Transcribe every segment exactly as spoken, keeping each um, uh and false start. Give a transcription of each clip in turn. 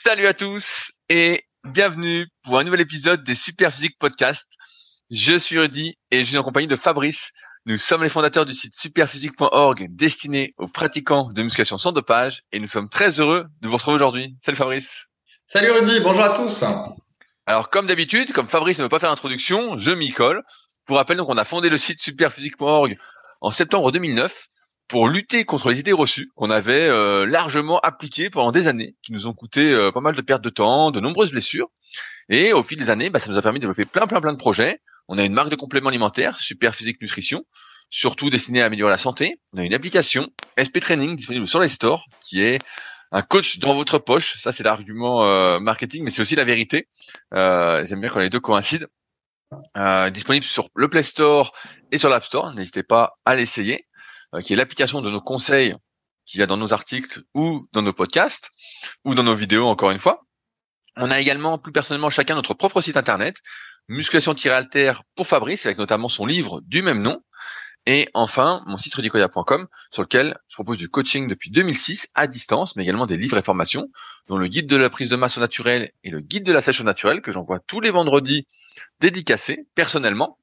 Salut à tous et bienvenue pour un nouvel épisode des Superphysique Podcast. Je suis Rudy et je suis en compagnie de Fabrice. Nous sommes les fondateurs du site superphysique point org destiné aux pratiquants de musculation sans dopage et nous sommes très heureux de vous retrouver aujourd'hui. Salut Fabrice. Salut Rudy, bonjour à tous. Alors comme d'habitude, comme Fabrice ne veut pas faire l'introduction, je m'y colle. Pour rappel, donc on a fondé le site superphysique point org en septembre deux mille neuf pour lutter contre les idées reçues qu'on avait euh, largement appliquées pendant des années, qui nous ont coûté euh, pas mal de pertes de temps, de nombreuses blessures. Et au fil des années, bah, ça nous a permis de développer plein plein plein de projets. On a une marque de compléments alimentaires, Superphysique Nutrition, surtout destinée à améliorer la santé. On a une application, S P Training, disponible sur les stores, qui est un coach dans votre poche. Ça, c'est l'argument euh, marketing, mais c'est aussi la vérité. Euh, j'aime bien quand les deux coïncident. Euh, disponible sur le Play Store et sur l'App Store. N'hésitez pas à l'essayer. Euh, qui est l'application de nos conseils qu'il y a dans nos articles ou dans nos podcasts ou dans nos vidéos, encore une fois. On a également, plus personnellement, chacun notre propre site internet, musculation-alter pour Fabrice, avec notamment son livre du même nom. Et enfin, mon site rudy koya point com, sur lequel je propose du coaching depuis deux mille six à distance, mais également des livres et formations, dont le guide de la prise de masse au naturel et le guide de la sèche au naturel, que j'envoie tous les vendredis dédicacés, personnellement,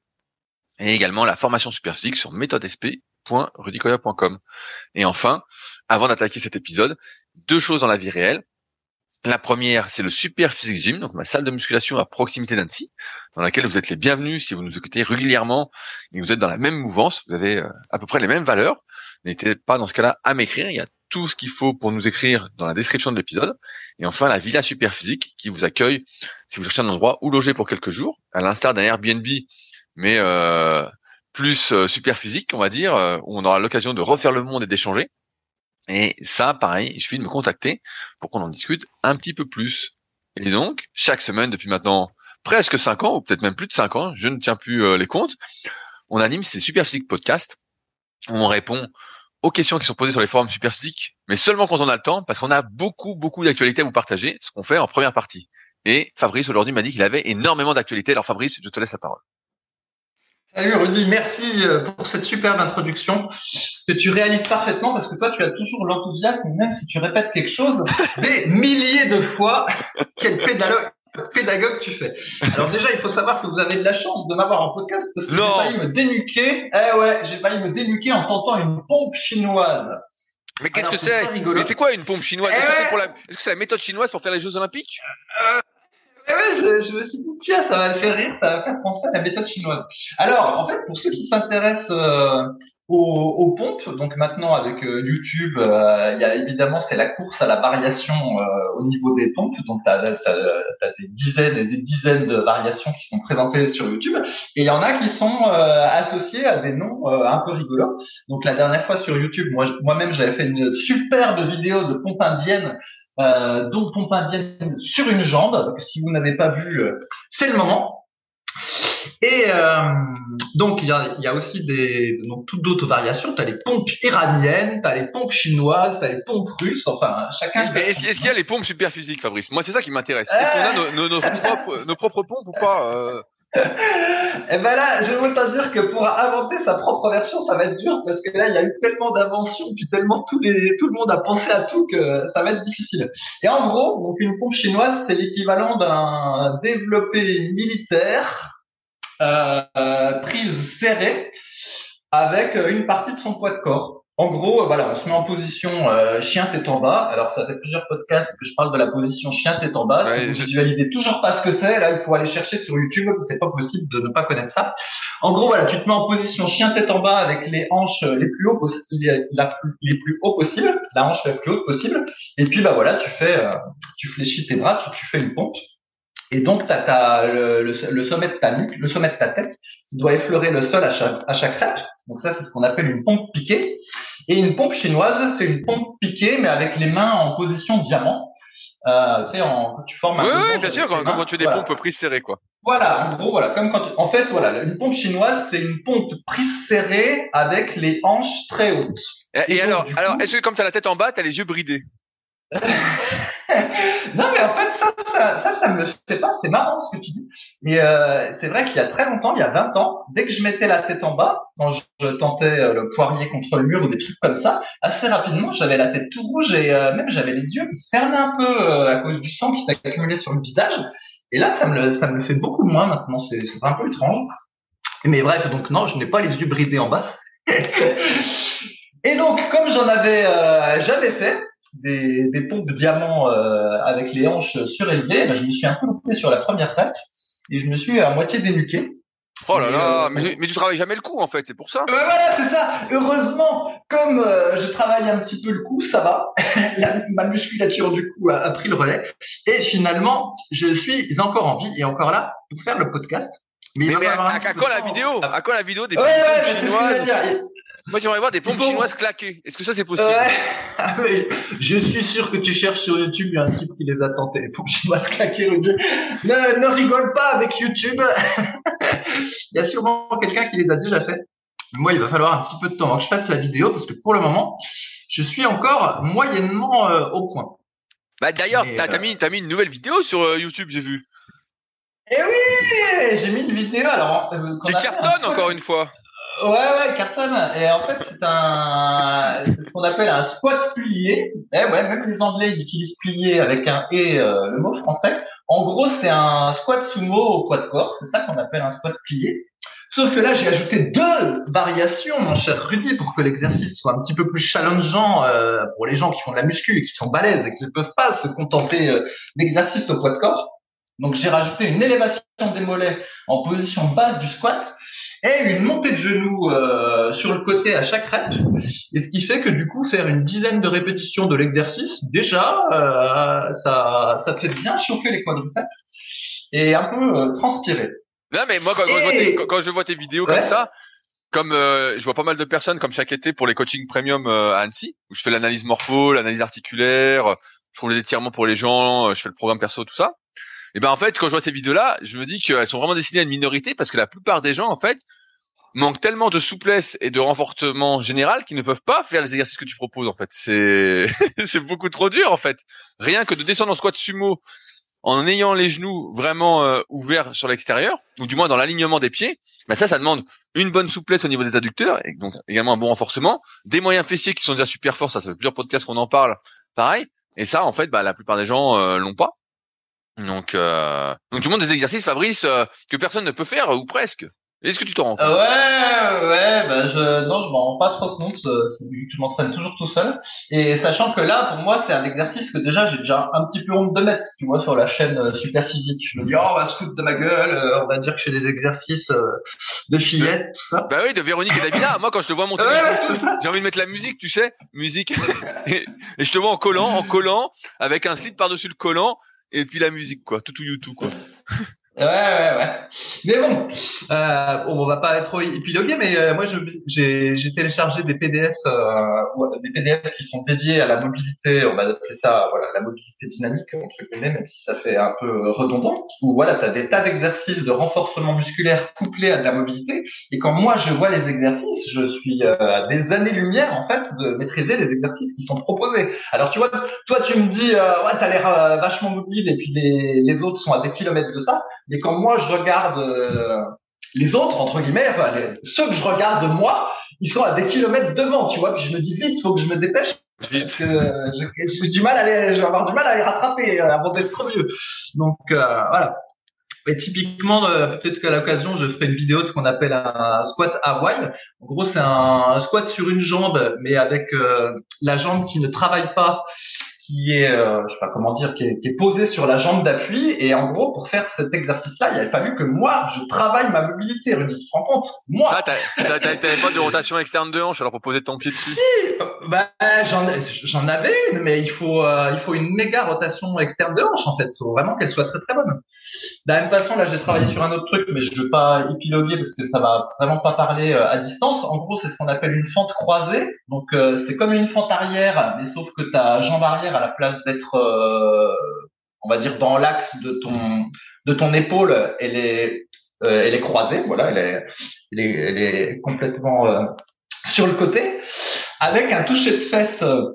et également la formation Superphysique sur méthode S P point rudy koya point com. Et enfin, avant d'attaquer cet épisode, deux choses dans la vie réelle. La première, c'est le Superphysique Gym, donc ma salle de musculation à proximité d'Annecy, dans laquelle vous êtes les bienvenus si vous nous écoutez régulièrement et vous êtes dans la même mouvance, vous avez à peu près les mêmes valeurs. N'hésitez pas dans ce cas-là à m'écrire, il y a tout ce qu'il faut pour nous écrire dans la description de l'épisode. Et enfin, la Villa Superphysique qui vous accueille si vous cherchez un endroit où loger pour quelques jours, à l'instar d'un Airbnb, mais euh, plus euh, Superphysique, on va dire, euh, où on aura l'occasion de refaire le monde et d'échanger. Et ça, pareil, il suffit de me contacter pour qu'on en discute un petit peu plus. Et donc, chaque semaine, depuis maintenant presque cinq ans, ou peut-être même plus de cinq ans, je ne tiens plus euh, les comptes, on anime ces Superphysique Podcasts, où on répond aux questions qui sont posées sur les forums Superphysique, mais seulement quand on a le temps, parce qu'on a beaucoup, beaucoup d'actualités à vous partager, ce qu'on fait en première partie. Et Fabrice, aujourd'hui, m'a dit qu'il avait énormément d'actualités. Alors Fabrice, je te laisse la parole. Salut Rudy, merci pour cette superbe introduction que tu réalises parfaitement parce que toi tu as toujours l'enthousiasme, même si tu répètes quelque chose des milliers de fois. Quel pédagogue, pédagogue tu fais. Alors déjà il faut savoir que vous avez de la chance de m'avoir en podcast parce que Non. j'ai failli me dénuquer. Eh ouais, j'ai failli me dénuquer en tentant une pompe chinoise. Mais qu'est-ce Alors, que c'est, c'est Mais c'est quoi une pompe chinoise? eh Est-ce que ouais. c'est pour la Est-ce que c'est la méthode chinoise pour faire les Jeux Olympiques? euh... Ouais, ouais, je, je me suis dit, tiens, ça va le faire rire, ça va faire penser à la méthode chinoise. Alors, en fait, pour ceux qui s'intéressent euh, aux, aux pompes, donc maintenant avec euh, YouTube, euh, il y a évidemment, c'est la course à la variation euh, au niveau des pompes. Donc, tu as des dizaines et des dizaines de variations qui sont présentées sur YouTube. Et il y en a qui sont euh, associés à des noms euh, un peu rigolos. Donc, la dernière fois sur YouTube, moi, moi-même, j'avais fait une superbe vidéo de pompe indienne. Euh, donc pompe indienne sur une jambe. Donc, si vous n'avez pas vu, euh, c'est le moment. Et euh, donc il y a, il y a aussi des donc toutes d'autres variations. T'as les pompes iraniennes, t'as les pompes chinoises, t'as les pompes russes. Enfin chacun. Mais est-ce, est-ce qu'il y a les pompes Superphysique, Fabrice? Moi, c'est ça qui m'intéresse. Est-ce qu'on a nos, nos, nos, propres, nos propres pompes ou pas euh... Et ben là, je veux te dire que pour inventer sa propre version, ça va être dur parce que là, il y a eu tellement d'inventions, puis tellement tous les, tout le monde a pensé à tout que ça va être difficile. Et en gros, donc une pompe chinoise, c'est l'équivalent d'un développé militaire euh, euh, prise serrée avec une partie de son poids de corps. En gros, voilà, on se met en position euh, chien tête en bas. Alors, ça fait plusieurs podcasts que je parle de la position chien tête en bas. Ouais, si vous je... visualisez toujours pas ce que c'est, là, il faut aller chercher sur YouTube. C'est pas possible de ne pas connaître ça. En gros, voilà, tu te mets en position chien tête en bas avec les hanches les plus hauts, les, la, les plus hauts possibles, la hanche la plus haute possible. Et puis, bah voilà, tu fais, euh, tu fléchis tes bras, tu, tu fais une pompe. Et donc, tu as le, le, le sommet de ta nuque, le sommet de ta tête, qui doit effleurer le sol à chaque, à chaque rep. Donc ça, c'est ce qu'on appelle une pompe piquée. Et une pompe chinoise, c'est une pompe piquée, mais avec les mains en position diamant. Euh, tu sais, en, tu formes un Oui, peu. oui, bien sûr, quand, quand tu fais des voilà. pompes prises serrées, quoi. Voilà, en gros, voilà. Comme quand tu, en fait, voilà, une pompe chinoise, c'est une pompe prise serrée avec les hanches très hautes. Et, et, et donc, alors, coup, alors, est-ce que comme t'as la tête en bas, t'as les yeux bridés? Non, mais en fait, ça, ça, ça, ça me le fait pas. C'est marrant ce que tu dis. Et euh, c'est vrai qu'il y a très longtemps, il y a vingt ans, dès que je mettais la tête en bas, quand je, je tentais euh, le poirier contre le mur ou des trucs comme ça, assez rapidement, j'avais la tête tout rouge et euh, même j'avais les yeux qui se fermaient un peu euh, à cause du sang qui s'accumulait sur le visage. Et là, ça me le, ça me le fait beaucoup moins maintenant. C'est, c'est un peu étrange. Mais bref, donc non, je n'ai pas les yeux bridés en bas. Et donc, comme j'en avais euh, jamais fait des, des pompes diamants euh, avec les hanches surélevées, ben, je me suis un peu loupé sur la première rep et je me suis à moitié dénuqué. Oh là Et, là, euh, mais, mais tu travailles jamais le coup en fait, c'est pour ça. Ouais, voilà, c'est ça. Heureusement, comme euh, je travaille un petit peu le cou, ça va. La, ma musculature du cou a, a pris le relais. Et finalement, je suis encore en vie et encore là pour faire le podcast. Mais, il va mais à, falloir un à, petit à peu quand de la temps. vidéo À quand la vidéo des Ouais, pompes ouais, mais c'est ce que je chinoises veux dire. Moi j'aimerais voir des pompes faut- chinoises claquées. Est-ce que ça c'est possible? Ouais. Ah oui, je suis sûr que tu cherches sur YouTube, il y a un type qui les a tentés. Les pompes chinoises claquées, Rudy. Ne, ne rigole pas avec YouTube. Il y a sûrement quelqu'un qui les a déjà fait. Moi, il va falloir un petit peu de temps avant que je fasse la vidéo parce que pour le moment, je suis encore moyennement euh, au point. Bah d'ailleurs, Mais, t'as, euh, t'as mis, t'as mis une nouvelle vidéo sur euh, YouTube, j'ai vu. Eh oui, j'ai mis une vidéo. Alors, euh, qu'on Qui a fait un cartonne squat- encore une fois. Ouais, ouais, cartonne. Et en fait, c'est un, c'est ce qu'on appelle un squat plié. Eh ouais, même les Anglais, ils utilisent plié avec un et, euh, le mot français. En gros, c'est un squat sumo au poids de corps. C'est ça qu'on appelle un squat plié. Sauf que là, j'ai ajouté deux variations, mon cher Rudy, pour que l'exercice soit un petit peu plus challengeant euh, pour les gens qui font de la muscu et qui sont balèzes et qui ne peuvent pas se contenter euh, d'exercices au poids de corps. Donc, j'ai rajouté une élévation des mollets en position basse du squat et une montée de genoux euh, sur le côté à chaque rep. Et ce qui fait que du coup, faire une dizaine de répétitions de l'exercice, déjà, euh, ça, ça te fait bien chauffer les quadriceps et un peu euh, transpirer. Non mais moi quand, quand, je, vois Et- tes, quand, quand je vois tes vidéos Ouais. comme ça, comme euh, je vois pas mal de personnes comme chaque été pour les coachings premium euh, à Annecy, où je fais l'analyse morpho, l'analyse articulaire, euh, je fais les étirements pour les gens, euh, je fais le programme perso, tout ça. Et ben en fait, quand je vois ces vidéos-là, je me dis qu'elles sont vraiment destinées à une minorité parce que la plupart des gens en fait manquent tellement de souplesse et de renforcement général qu'ils ne peuvent pas faire les exercices que tu proposes en fait. C'est c'est beaucoup trop dur en fait. Rien que de descendre en squat sumo en ayant les genoux vraiment euh, ouverts sur l'extérieur, ou du moins dans l'alignement des pieds, bah ça, ça demande une bonne souplesse au niveau des adducteurs, et donc également un bon renforcement, des moyens fessiers qui sont déjà super forts, ça, ça fait plusieurs podcasts qu'on en parle, pareil, et ça, en fait, bah la plupart des gens euh, l'ont pas. Donc, euh... donc tu montres des exercices, Fabrice, euh, que personne ne peut faire, ou presque. Est-ce que tu t'en rends compte? Euh, ouais, ouais, bah je, non, je m'en rends pas trop compte. euh, C'est vu que je m'entraîne toujours tout seul. Et sachant que là, pour moi, c'est un exercice que déjà j'ai déjà un petit peu honte de mettre. Tu vois, sur la chaîne euh, Super Physique, je me dis, oh, on va se foutre de ma gueule. euh, on va dire que je fais des exercices euh, de fillettes, tout ça. Bah oui, de Véronique et Davina. Moi, quand je te vois monter Ouais, les ouais, photos, c'est ça. j'ai envie de mettre la musique, tu sais, musique. et, et je te vois en collant, en collant, avec un slip par-dessus le collant, et puis la musique, quoi, tout tout YouTube, quoi. Ouais, ouais, ouais. Mais bon, euh, bon, on va pas trop épiloguer, mais euh, moi, je, j'ai, j'ai téléchargé des P D F, euh, ou- des P D F qui sont dédiés à la mobilité. On va appeler ça, voilà, la mobilité dynamique entre guillemets, même si ça fait un peu redondant. Où voilà, t'as des tas d'exercices de renforcement musculaire couplés à de la mobilité. Et quand moi je vois les exercices, je suis euh, à des années-lumière en fait de maîtriser les exercices qui sont proposés. Alors tu vois, toi tu me dis, euh, ouais, t'as l'air euh, vachement mobile, et puis les, les autres sont à des kilomètres de ça. Mais quand moi je regarde euh, les autres, entre guillemets, enfin, les- ceux que je regarde moi, ils sont à des kilomètres devant, tu vois, puis je me dis vite, faut que je me dépêche, parce Vite. que euh, j'ai j'ai du mal à les, je vais avoir du mal à les rattraper euh, avant d'être trop vieux. Donc euh, voilà. Et typiquement, euh, peut-être qu'à l'occasion, je ferai une vidéo de ce qu'on appelle un squat Hawaii. En gros, c'est un, un squat sur une jambe, mais avec euh, la jambe qui ne travaille pas, qui est, euh, je sais pas comment dire, qui est, qui est posée sur la jambe d'appui. Et en gros, pour faire cet exercice-là, il avait fallu que moi, je travaille ma mobilité. Rudy, tu te rends compte? Moi, Ah, t'as, t'as, t'as, t'avais pas de rotation externe de hanche, alors pour poser ton pied dessus. bah, j'en, j'en avais une, mais il faut, euh, il faut une méga rotation externe de hanche, en fait. Il faut vraiment qu'elle soit très très bonne. De la même façon, là, j'ai travaillé sur un autre truc, mais je ne veux pas épiloguer parce que ça va vraiment pas parler euh, à distance. En gros, c'est ce qu'on appelle une fente croisée. Donc, euh, c'est comme une fente arrière, mais sauf que ta jambe arrière, à la place d'être, euh, on va dire, dans l'axe de ton de ton épaule, elle est euh, elle est croisée. Voilà, elle est elle est, elle est complètement euh, sur le côté, avec un toucher de fesse euh,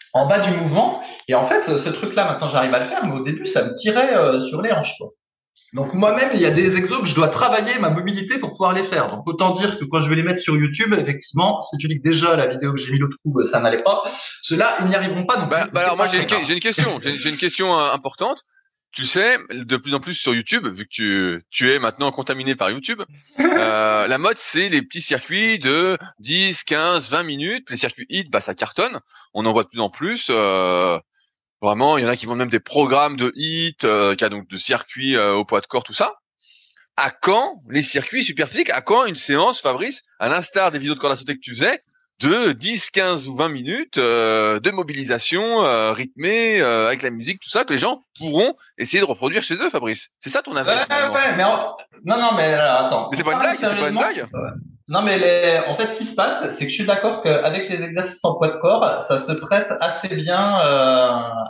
en bas du mouvement. Et en fait, ce truc-là, maintenant, j'arrive à le faire, mais au début, ça me tirait euh, sur les hanches, quoi. Donc moi-même, il y a des exos que je dois travailler ma mobilité pour pouvoir les faire. Donc autant dire que quand je vais les mettre sur YouTube, effectivement, si tu dis que déjà la vidéo que j'ai mis l'autre coup, ça n'allait pas, ceux-là, ils n'y arriveront pas. Donc bah, bah alors moi j'ai une, j'ai une question, j'ai, j'ai une question euh, importante. Tu sais, de plus en plus sur YouTube, vu que tu, tu es maintenant contaminé par YouTube, euh, la mode c'est les petits circuits de dix, quinze, vingt minutes. Les circuits hit, bah ça cartonne. On en voit de plus en plus. Euh, vraiment, il y en a qui vendent même des programmes de hit, euh, qui a donc de circuits euh, au poids de corps, tout ça. À quand les circuits super physiques? À quand une séance, Fabrice, à l'instar des vidéos de corde à sauter que tu faisais, de dix, quinze ou vingt minutes euh, de mobilisation euh, rythmée euh, avec la musique, tout ça, que les gens pourront essayer de reproduire chez eux, Fabrice. C'est ça ton avis? Ouais, ouais, mais en... non, non, mais alors, attends. Mais c'est pas une blague, c'est pas une blague. Non, mais les... en fait, ce qui se passe, c'est que je suis d'accord qu'avec les exercices en poids de corps, ça se prête assez bien euh,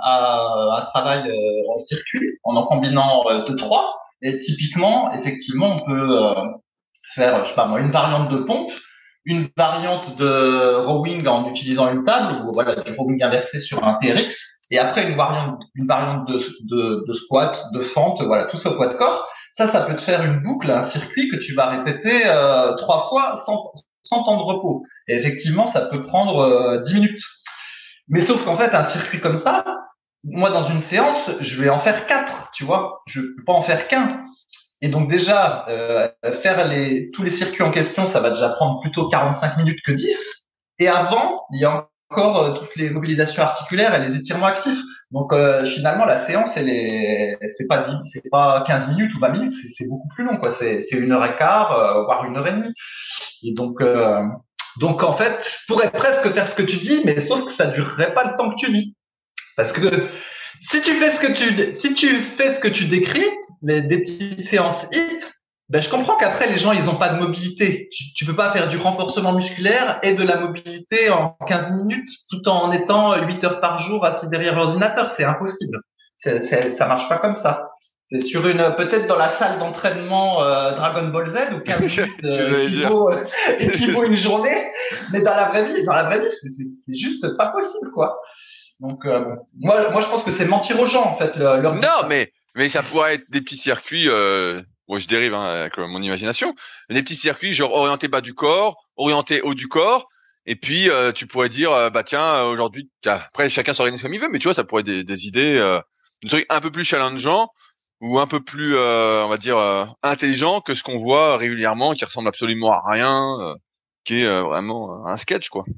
à un travail euh, en circuit, en en combinant euh, deux, trois. Et typiquement, effectivement, on peut euh, faire, je sais pas moi, une variante de pompe, une variante de rowing en utilisant une table, ou voilà, du rowing inversé sur un T R X, et après une variante, une variante de, de, de squat, de fente, voilà, tout ça au poids de corps. Ça, ça peut te faire une boucle, un circuit que tu vas répéter euh, trois fois sans, sans temps de repos. Et effectivement, ça peut prendre euh, dix minutes. Mais sauf qu'en fait, un circuit comme ça, moi, dans une séance, je vais en faire quatre, tu vois. Je peux pas en faire qu'un. Et donc déjà, euh, faire les, tous les circuits en question, ça va déjà prendre plutôt quarante-cinq minutes que dix. Et avant, il y a encore euh, toutes les mobilisations articulaires et les étirements actifs. Donc euh, finalement, la séance, elle est, c'est pas dix, c'est pas quinze minutes ou vingt minutes, c'est, c'est beaucoup plus long, quoi. C'est, c'est une heure et quart, euh, voire une heure et demie. Et donc, euh, donc en fait, je pourrais presque faire ce que tu dis, mais sauf que ça durerait pas le temps que tu dis. Parce que si tu fais ce que tu, si tu fais ce que tu décris, les, des petites séances hit, ben je comprends qu'après les gens ils ont pas de mobilité. Tu, tu peux pas faire du renforcement musculaire et de la mobilité en quinze minutes tout en étant huit heures par jour assis derrière l'ordinateur, c'est impossible. C'est, c'est, ça marche pas comme ça. C'est sur une, peut-être dans la salle d'entraînement euh, Dragon Ball Z où quinze minutes euh, équivaut, euh, équivaut une journée, mais dans la vraie vie, dans la vraie vie, c'est, c'est, c'est juste pas possible, quoi. Donc, euh, bon. moi, moi, je pense que c'est mentir aux gens, en fait. Le, leur non, mais, mais ça pourrait être des petits circuits, euh, moi je dérive hein, avec mon imagination, des petits circuits genre orientés bas du corps, orientés haut du corps, et puis euh, tu pourrais dire, euh, bah tiens, aujourd'hui, après chacun s'organise comme il veut, mais tu vois, ça pourrait être des, des idées, euh, des trucs un peu plus challengeants, ou un peu plus, euh, on va dire, euh, intelligents que ce qu'on voit régulièrement, qui ressemble absolument à rien, euh, qui est euh, vraiment un sketch, quoi.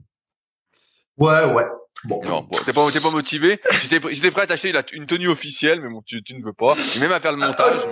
Ouais, ouais. Bon. Non, bon, t'es pas, t'es pas motivé. J'étais, j'étais prêt à t'acheter la, une tenue officielle, mais bon, tu, tu ne veux pas. Et même à faire le montage.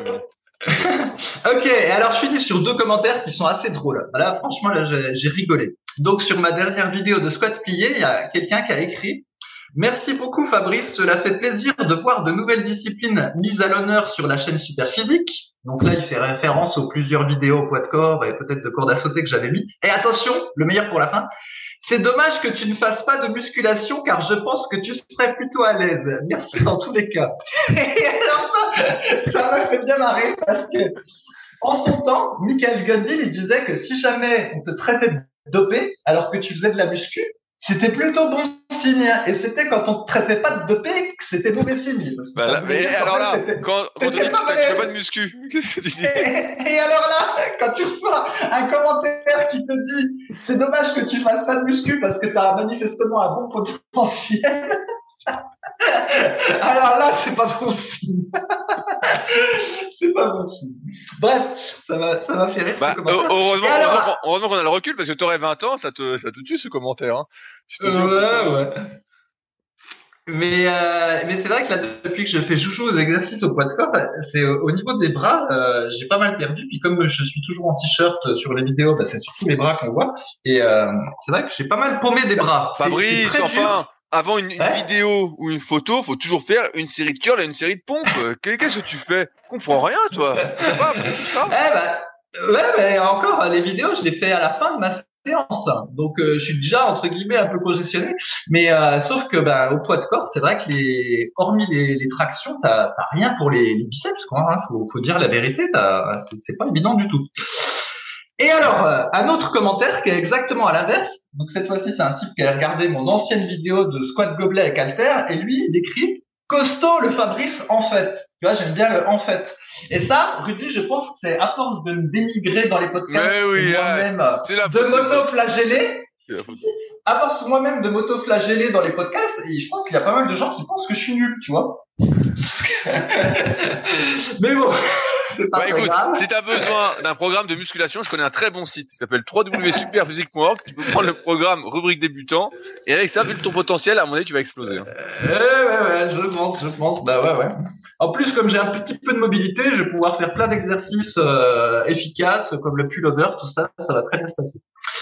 Ok, alors je finis sur deux commentaires qui sont assez drôles. Là, franchement, là, j'ai, j'ai rigolé. Donc, sur ma dernière vidéo de squat plié, il y a quelqu'un qui a écrit: merci beaucoup Fabrice, cela fait plaisir de voir de nouvelles disciplines mises à l'honneur sur la chaîne Superphysique. Donc là, il fait référence aux plusieurs vidéos poids de corps et peut-être de corde à sauter que j'avais mis. Et attention, le meilleur pour la fin. C'est dommage que tu ne fasses pas de musculation car je pense que tu serais plutôt à l'aise. Merci dans tous les cas. Et alors ça, ça m'a fait bien marrer parce que en son temps, Michael Gundil, il disait que si jamais on te traitait de dopé alors que tu faisais de la muscu, c'était plutôt bon signe. Et c'était quand on te traitait pas de dopé que c'était mauvais signe. Bah là, mais alors là, quand, quand on te dit que tu fais pas de muscu, qu'est-ce que tu dis? et, et alors là, quand tu reçois un commentaire qui te dit c'est dommage que tu fasses pas de muscu parce que tu as manifestement un bon potentiel. Alors là, c'est pas bon signe. C'est pas bon signe. Bref, ça m'a, ça m'a fait rire. Bah, heureusement, alors, heureusement, heureusement qu'on a le recul parce que t'aurais vingt ans, ça te, ça te tue ce commentaire. Hein. Je te dis, ouais, ouais. Mais euh, mais c'est vrai que là depuis que je fais joujou aux exercices au poids de corps, c'est au, au niveau des bras, euh, j'ai pas mal perdu. Puis comme je suis toujours en t-shirt sur les vidéos, bah, c'est surtout les bras qu'on voit. Et euh, c'est vrai que j'ai pas mal paumé des bras. Fabrice, c'est, c'est enfin, avant une, une ouais. vidéo ou une photo, faut toujours faire une série de curls et une série de pompes. Qu'est-ce que tu fais? Comprends rien, toi. T'as pas appris tout ça? Eh bah, ouais, mais encore les vidéos, je les fais à la fin de ma séance, donc euh, je suis déjà entre guillemets un peu congestionné, mais euh, sauf que bah, au poids de corps, c'est vrai que les, hormis les, les tractions, t'as, t'as rien pour les, les biceps, quoi. Hein, faut, faut dire la vérité, t'as, c'est, c'est pas évident du tout. Et alors, euh, un autre commentaire qui est exactement à l'inverse. Donc cette fois-ci, c'est un type qui a regardé mon ancienne vidéo de squat gobelet avec halter et lui, il écrit costaud le Fabrice en fait. Tu vois, j'aime bien le en fait. Et ça, Rudy, je pense que c'est à force de me dénigrer dans les podcasts, Mais oui, moi-même ah, c'est la de faute des autres. m'auto-flageller. C'est la faute. À force moi-même de m'auto-flageller dans les podcasts, et je pense qu'il y a pas mal de gens qui pensent que je suis nul, tu vois. Mais bon, c'est pas Bah très écoute, grave. si t'as besoin d'un programme de musculation, je connais un très bon site. Il s'appelle w w w point superphysique point org. Tu peux prendre le programme rubrique débutant. Et avec ça, vu ton potentiel, à mon avis, tu vas exploser. Hein. Euh, ouais, ouais, je pense, je pense, bah ouais, ouais. En plus, comme j'ai un petit peu de mobilité, je vais pouvoir faire plein d'exercices euh, efficaces, comme le pullover, tout ça, ça va très bien se passer.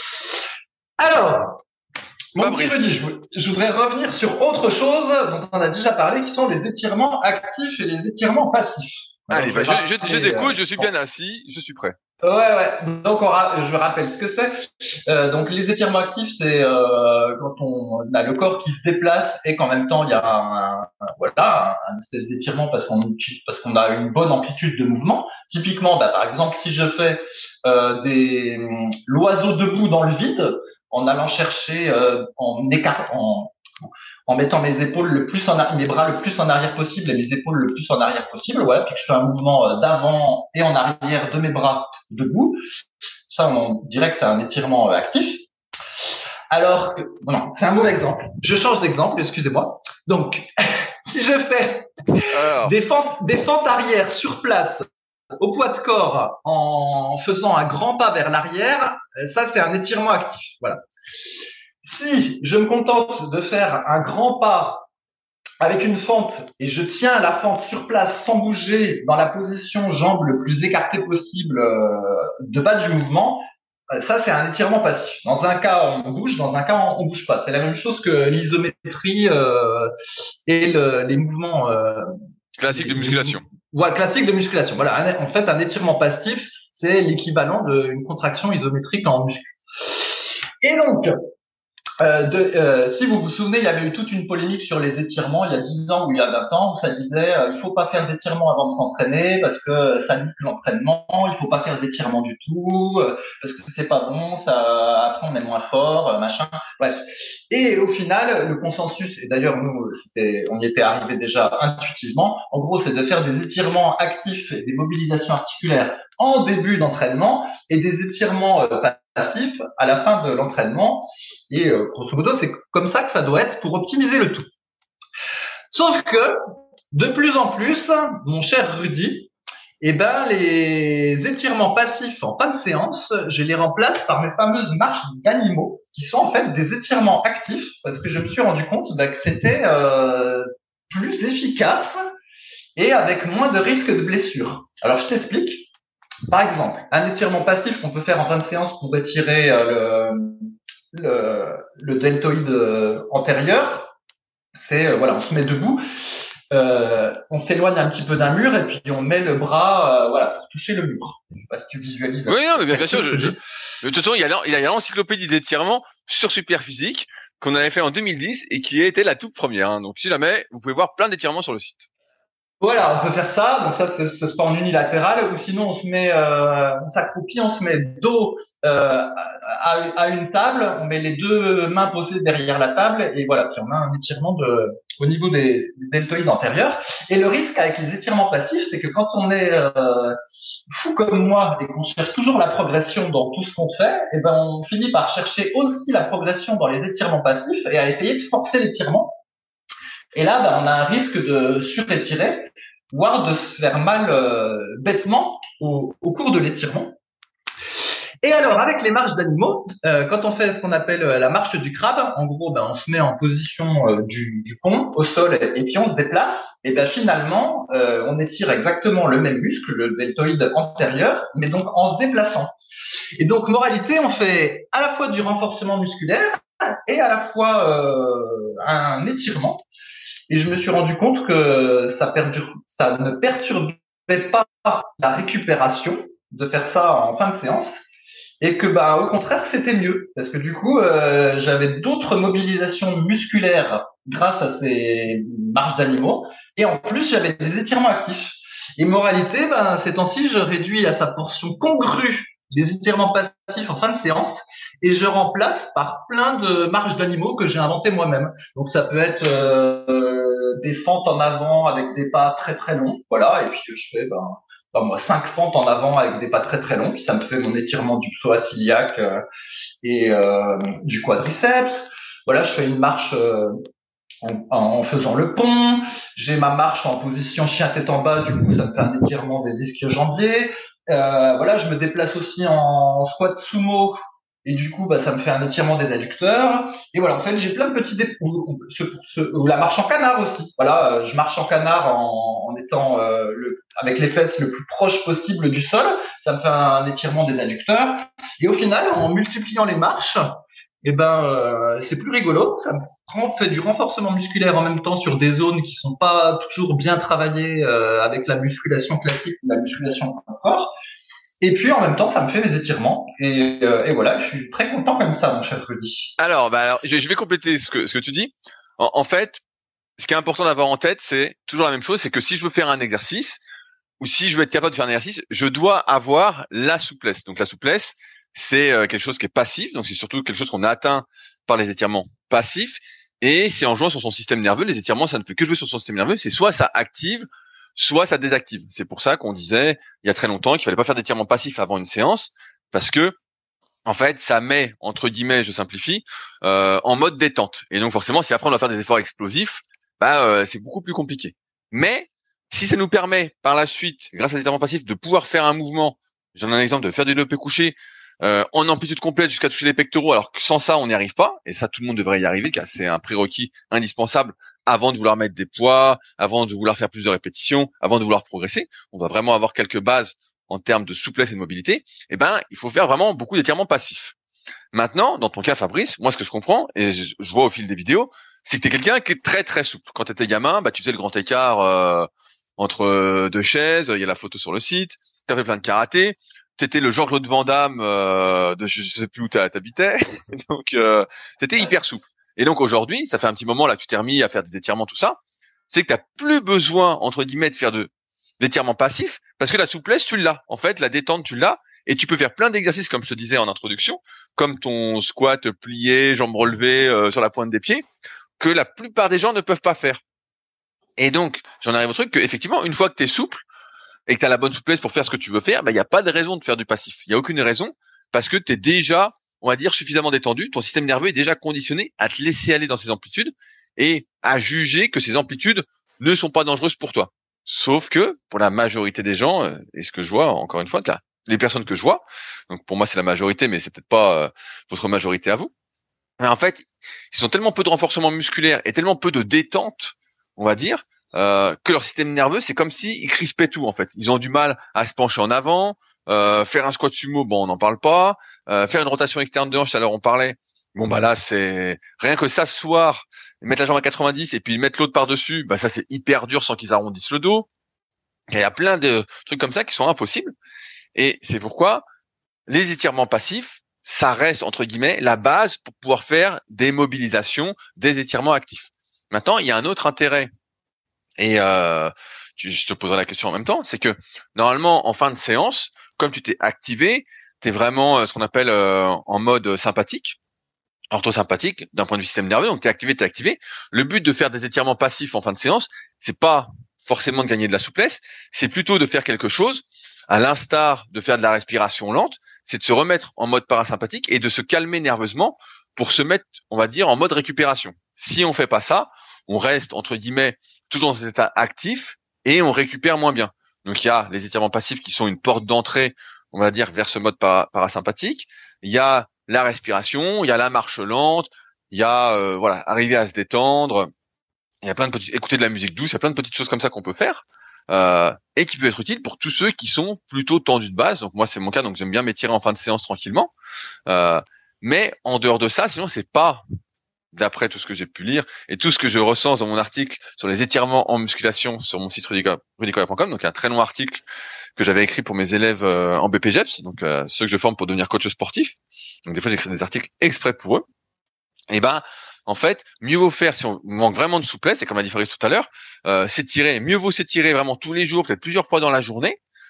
Alors, mon Fabrice. petit Rudy, je, vou- je voudrais revenir sur autre chose dont on a déjà parlé, qui sont les étirements actifs et les étirements passifs. Allez, bah, Alors, je, je, vais je rappeler, t'écoute, euh, je suis bien assis, je suis prêt. Ouais, ouais. Donc, on ra- je rappelle ce que c'est. Euh, donc, les étirements actifs, c'est euh, quand on a le corps qui se déplace et qu'en même temps il y a un, un- voilà un, un espèce d'étirement parce qu'on utilise- parce qu'on a une bonne amplitude de mouvement. Typiquement, bah, par exemple, si je fais euh, des l'oiseau debout dans le vide en allant chercher euh, en écart en en mettant mes épaules le plus en arrière, mes bras le plus en arrière possible et mes épaules le plus en arrière possible, ouais, puis que je fais un mouvement euh, d'avant et en arrière de mes bras debout. Ça, on dirait que c'est un étirement euh, actif. Alors que, non, c'est un mauvais exemple. Je change d'exemple, excusez-moi. Donc, si je fais Alors, des fentes, des fentes arrière sur place au poids de corps en faisant un grand pas vers l'arrière, euh, ça c'est un étirement actif. Voilà. Si je me contente de faire un grand pas avec une fente et je tiens la fente sur place sans bouger dans la position jambe le plus écartée possible euh, de bas du mouvement, euh, ça c'est un étirement passif. Dans un cas on bouge, dans un cas on, on bouge pas. C'est la même chose que l'isométrie euh, et le, les mouvements euh, classique de les- musculation. voilà, classique de musculation. Voilà, un- en fait un étirement passif c'est l'équivalent d'une contraction isométrique en muscu. Et donc Euh, de, euh, si vous vous souvenez, il y avait eu toute une polémique sur les étirements il y a dix ans ou il y a vingt ans où ça disait euh, il faut pas faire d'étirements avant de s'entraîner parce que ça nique l'entraînement, il faut pas faire d'étirements du tout euh, parce que c'est pas bon, ça après on est moins fort, euh, machin. Bref. Et au final, le consensus, et d'ailleurs nous c'était, on y était arrivé déjà intuitivement, en gros c'est de faire des étirements actifs et des mobilisations articulaires en début d'entraînement et des étirements euh, passifs à la fin de l'entraînement. Et euh, grosso modo, c'est comme ça que ça doit être pour optimiser le tout. Sauf que, de plus en plus, mon cher Rudy, eh ben, les étirements passifs en fin de séance, je les remplace par mes fameuses marches d'animaux, qui sont en fait des étirements actifs, parce que je me suis rendu compte bah, que c'était euh, plus efficace et avec moins de risque de blessure. Alors, je t'explique. Par exemple, un étirement passif qu'on peut faire en fin de séance pour étirer euh, le le, le deltoïde euh, antérieur, c'est euh, voilà, on se met debout, euh, on s'éloigne un petit peu d'un mur et puis on met le bras euh, voilà pour toucher le mur. Je sais pas si tu visualises. Oui, non, mais bien, bien sûr, je, je... De toute façon, il y a, l'en- il y a l'encyclopédie d'étirement sur Superphysique qu'on avait fait en deux mille dix et qui était la toute première. Hein. Donc, si jamais, vous pouvez voir plein d'étirements sur le site. Voilà, on peut faire ça. Donc ça, c'est, c'est pas en unilatéral. Ou sinon, on se met, euh, on s'accroupit, on se met dos euh, à, à une table, on met les deux mains posées derrière la table et voilà. Puis on a un étirement de, au niveau des, des deltoïdes antérieurs. Et le risque avec les étirements passifs, c'est que quand on est euh, fou comme moi et qu'on cherche toujours la progression dans tout ce qu'on fait, et ben on finit par chercher aussi la progression dans les étirements passifs et à essayer de forcer l'étirement. Et là, ben, on a un risque de surétirer, voire de se faire mal euh, bêtement au, au cours de l'étirement. Et alors, avec les marches d'animaux, euh, quand on fait ce qu'on appelle euh, la marche du crabe, en gros, ben, on se met en position euh, du, du pont au sol et, et puis on se déplace. Et ben finalement, euh, on étire exactement le même muscle, le deltoïde antérieur, mais donc en se déplaçant. Et donc, moralité, on fait à la fois du renforcement musculaire et à la fois euh, un étirement. Et je me suis rendu compte que ça, perdure, ça ne perturbait pas la récupération de faire ça en fin de séance. Et que, bah, au contraire, c'était mieux. Parce que du coup, euh, j'avais d'autres mobilisations musculaires grâce à ces marches d'animaux. Et en plus, j'avais des étirements actifs. Et moralité, ben, ces temps-ci, je réduis à sa portion congrue des étirements passifs en fin de séance et je remplace par plein de marches d'animaux que j'ai inventées moi-même. Donc ça peut être euh, des fentes en avant avec des pas très très longs, voilà, et puis je fais ben, ben moi cinq fentes en avant avec des pas très très longs, puis ça me fait mon étirement du psoas iliaque euh, et euh, du quadriceps. Voilà, je fais une marche euh, en, en faisant le pont. J'ai ma marche en position chien tête en bas, du coup ça me fait un étirement des ischio-jambiers. Euh, voilà, je me déplace aussi en squat sumo et du coup bah ça me fait un étirement des adducteurs. Et voilà, en fait j'ai plein de petits dé- ou, ou, ce, ce, ou la marche en canard aussi. Voilà, euh, je marche en canard en, en étant euh, le, avec les fesses le plus proche possible du sol. Ça me fait un étirement des adducteurs. Et au final, en multipliant les marches, eh ben euh, c'est plus rigolo. Ça me ren- fait du renforcement musculaire en même temps sur des zones qui sont pas toujours bien travaillées euh, avec la musculation classique ou la musculation de corps. Et puis en même temps, ça me fait mes étirements. Et, euh, et voilà, je suis très content comme ça, mon cher Rudy. Alors, bah alors, je, je vais compléter ce que ce que tu dis. En, en fait, ce qui est important d'avoir en tête, c'est toujours la même chose, c'est que si je veux faire un exercice ou si je veux être capable de faire un exercice, je dois avoir la souplesse. Donc la souplesse, c'est euh, quelque chose qui est passif, donc c'est surtout quelque chose qu'on a atteint par les étirements passifs. Et c'est en jouant sur son système nerveux, les étirements, ça ne fait que jouer sur son système nerveux. C'est soit ça active, soit ça désactive. C'est pour ça qu'on disait il y a très longtemps qu'il fallait pas faire d'étirements passifs avant une séance, parce que en fait, ça met, entre guillemets, je simplifie, euh, en mode détente. Et donc forcément, si après on doit faire des efforts explosifs, bah euh, c'est beaucoup plus compliqué. Mais si ça nous permet par la suite, grâce à l'étirement passif, de pouvoir faire un mouvement, j'en ai un exemple, de faire du développé couché euh, en amplitude complète jusqu'à toucher les pectoraux, alors que sans ça, on n'y arrive pas. Et ça, tout le monde devrait y arriver, car c'est un prérequis indispensable avant de vouloir mettre des poids, avant de vouloir faire plus de répétitions, avant de vouloir progresser. On doit vraiment avoir quelques bases en termes de souplesse et de mobilité. Eh ben, il faut faire vraiment beaucoup d'étirements passifs. Maintenant, dans ton cas, Fabrice, moi, ce que je comprends, et je, je vois au fil des vidéos, c'est que t'es quelqu'un qui est très très souple. Quand t'étais gamin, bah, tu faisais le grand écart euh, entre euh, deux chaises. Il y a la photo sur le site. T'as fait plein de karaté. T'étais le Jean-Claude Van Damme euh, de je, je sais plus où t'habitais. Donc, euh, t'étais hyper souple. Et donc aujourd'hui, ça fait un petit moment là que tu t'es remis à faire des étirements, tout ça. C'est que t'as plus besoin entre guillemets de faire de d'étirements passifs parce que la souplesse, tu l'as. En fait, la détente, tu l'as. Et tu peux faire plein d'exercices, comme je te disais en introduction, comme ton squat plié, jambes relevées euh, sur la pointe des pieds, que la plupart des gens ne peuvent pas faire. Et donc, j'en arrive au truc que, effectivement, une fois que tu es souple et que tu as la bonne souplesse pour faire ce que tu veux faire, il n'y a pas de raison de faire du passif. Il n'y a aucune raison parce que tu es déjà, on va dire, suffisamment détendu. Ton système nerveux est déjà conditionné à te laisser aller dans ces amplitudes et à juger que ces amplitudes ne sont pas dangereuses pour toi. Sauf que, pour la majorité des gens, euh, et ce que je vois, encore une fois, là, les personnes que je vois, donc pour moi c'est la majorité, mais c'est peut-être pas euh, votre majorité à vous. Mais en fait, ils ont tellement peu de renforcement musculaire et tellement peu de détente, on va dire, euh, que leur système nerveux c'est comme si ils crispaient tout en fait. Ils ont du mal à se pencher en avant, euh, faire un squat sumo, bon on n'en parle pas, euh, faire une rotation externe de hanche, alors on parlait. Bon bah là c'est rien que s'asseoir, mettre la jambe à quatre-vingt-dix et puis mettre l'autre par dessus, bah ça c'est hyper dur sans qu'ils arrondissent le dos. Il y a plein de trucs comme ça qui sont impossibles. Et c'est pourquoi les étirements passifs, ça reste, entre guillemets, la base pour pouvoir faire des mobilisations, des étirements actifs. Maintenant, il y a un autre intérêt, et euh, je te poserai la question en même temps, c'est que normalement, en fin de séance, comme tu t'es activé, tu es vraiment ce qu'on appelle euh, en mode sympathique, orthosympathique, d'un point de vue système nerveux, donc tu es activé, tu es activé. Le but de faire des étirements passifs en fin de séance, c'est pas forcément de gagner de la souplesse, c'est plutôt de faire quelque chose à l'instar de faire de la respiration lente, c'est de se remettre en mode parasympathique et de se calmer nerveusement pour se mettre, on va dire, en mode récupération. Si on fait pas ça, on reste, entre guillemets, toujours dans cet état actif et on récupère moins bien. Donc il y a les étirements passifs qui sont une porte d'entrée, on va dire, vers ce mode para- parasympathique. Il y a la respiration, il y a la marche lente, il y a, euh, voilà, arriver à se détendre. Il y a plein de petites, écouter de la musique douce, il y a plein de petites choses comme ça qu'on peut faire. Euh, et qui peut être utile pour tous ceux qui sont plutôt tendus de base. Donc moi c'est mon cas, donc j'aime bien m'étirer en fin de séance tranquillement. Euh, mais en dehors de ça, sinon c'est pas, d'après tout ce que j'ai pu lire et tout ce que je recense dans mon article sur les étirements en musculation sur mon site rudicoya point com, donc un très long article que j'avais écrit pour mes élèves euh, en B P G E P S, donc euh, ceux que je forme pour devenir coach sportif. Donc des fois j'écris des articles exprès pour eux. Et ben en fait, mieux vaut faire si on manque vraiment de souplesse, et comme a dit Fabrice tout à l'heure, euh, s'étirer, mieux vaut s'étirer vraiment tous les jours, peut-être plusieurs fois dans la journée,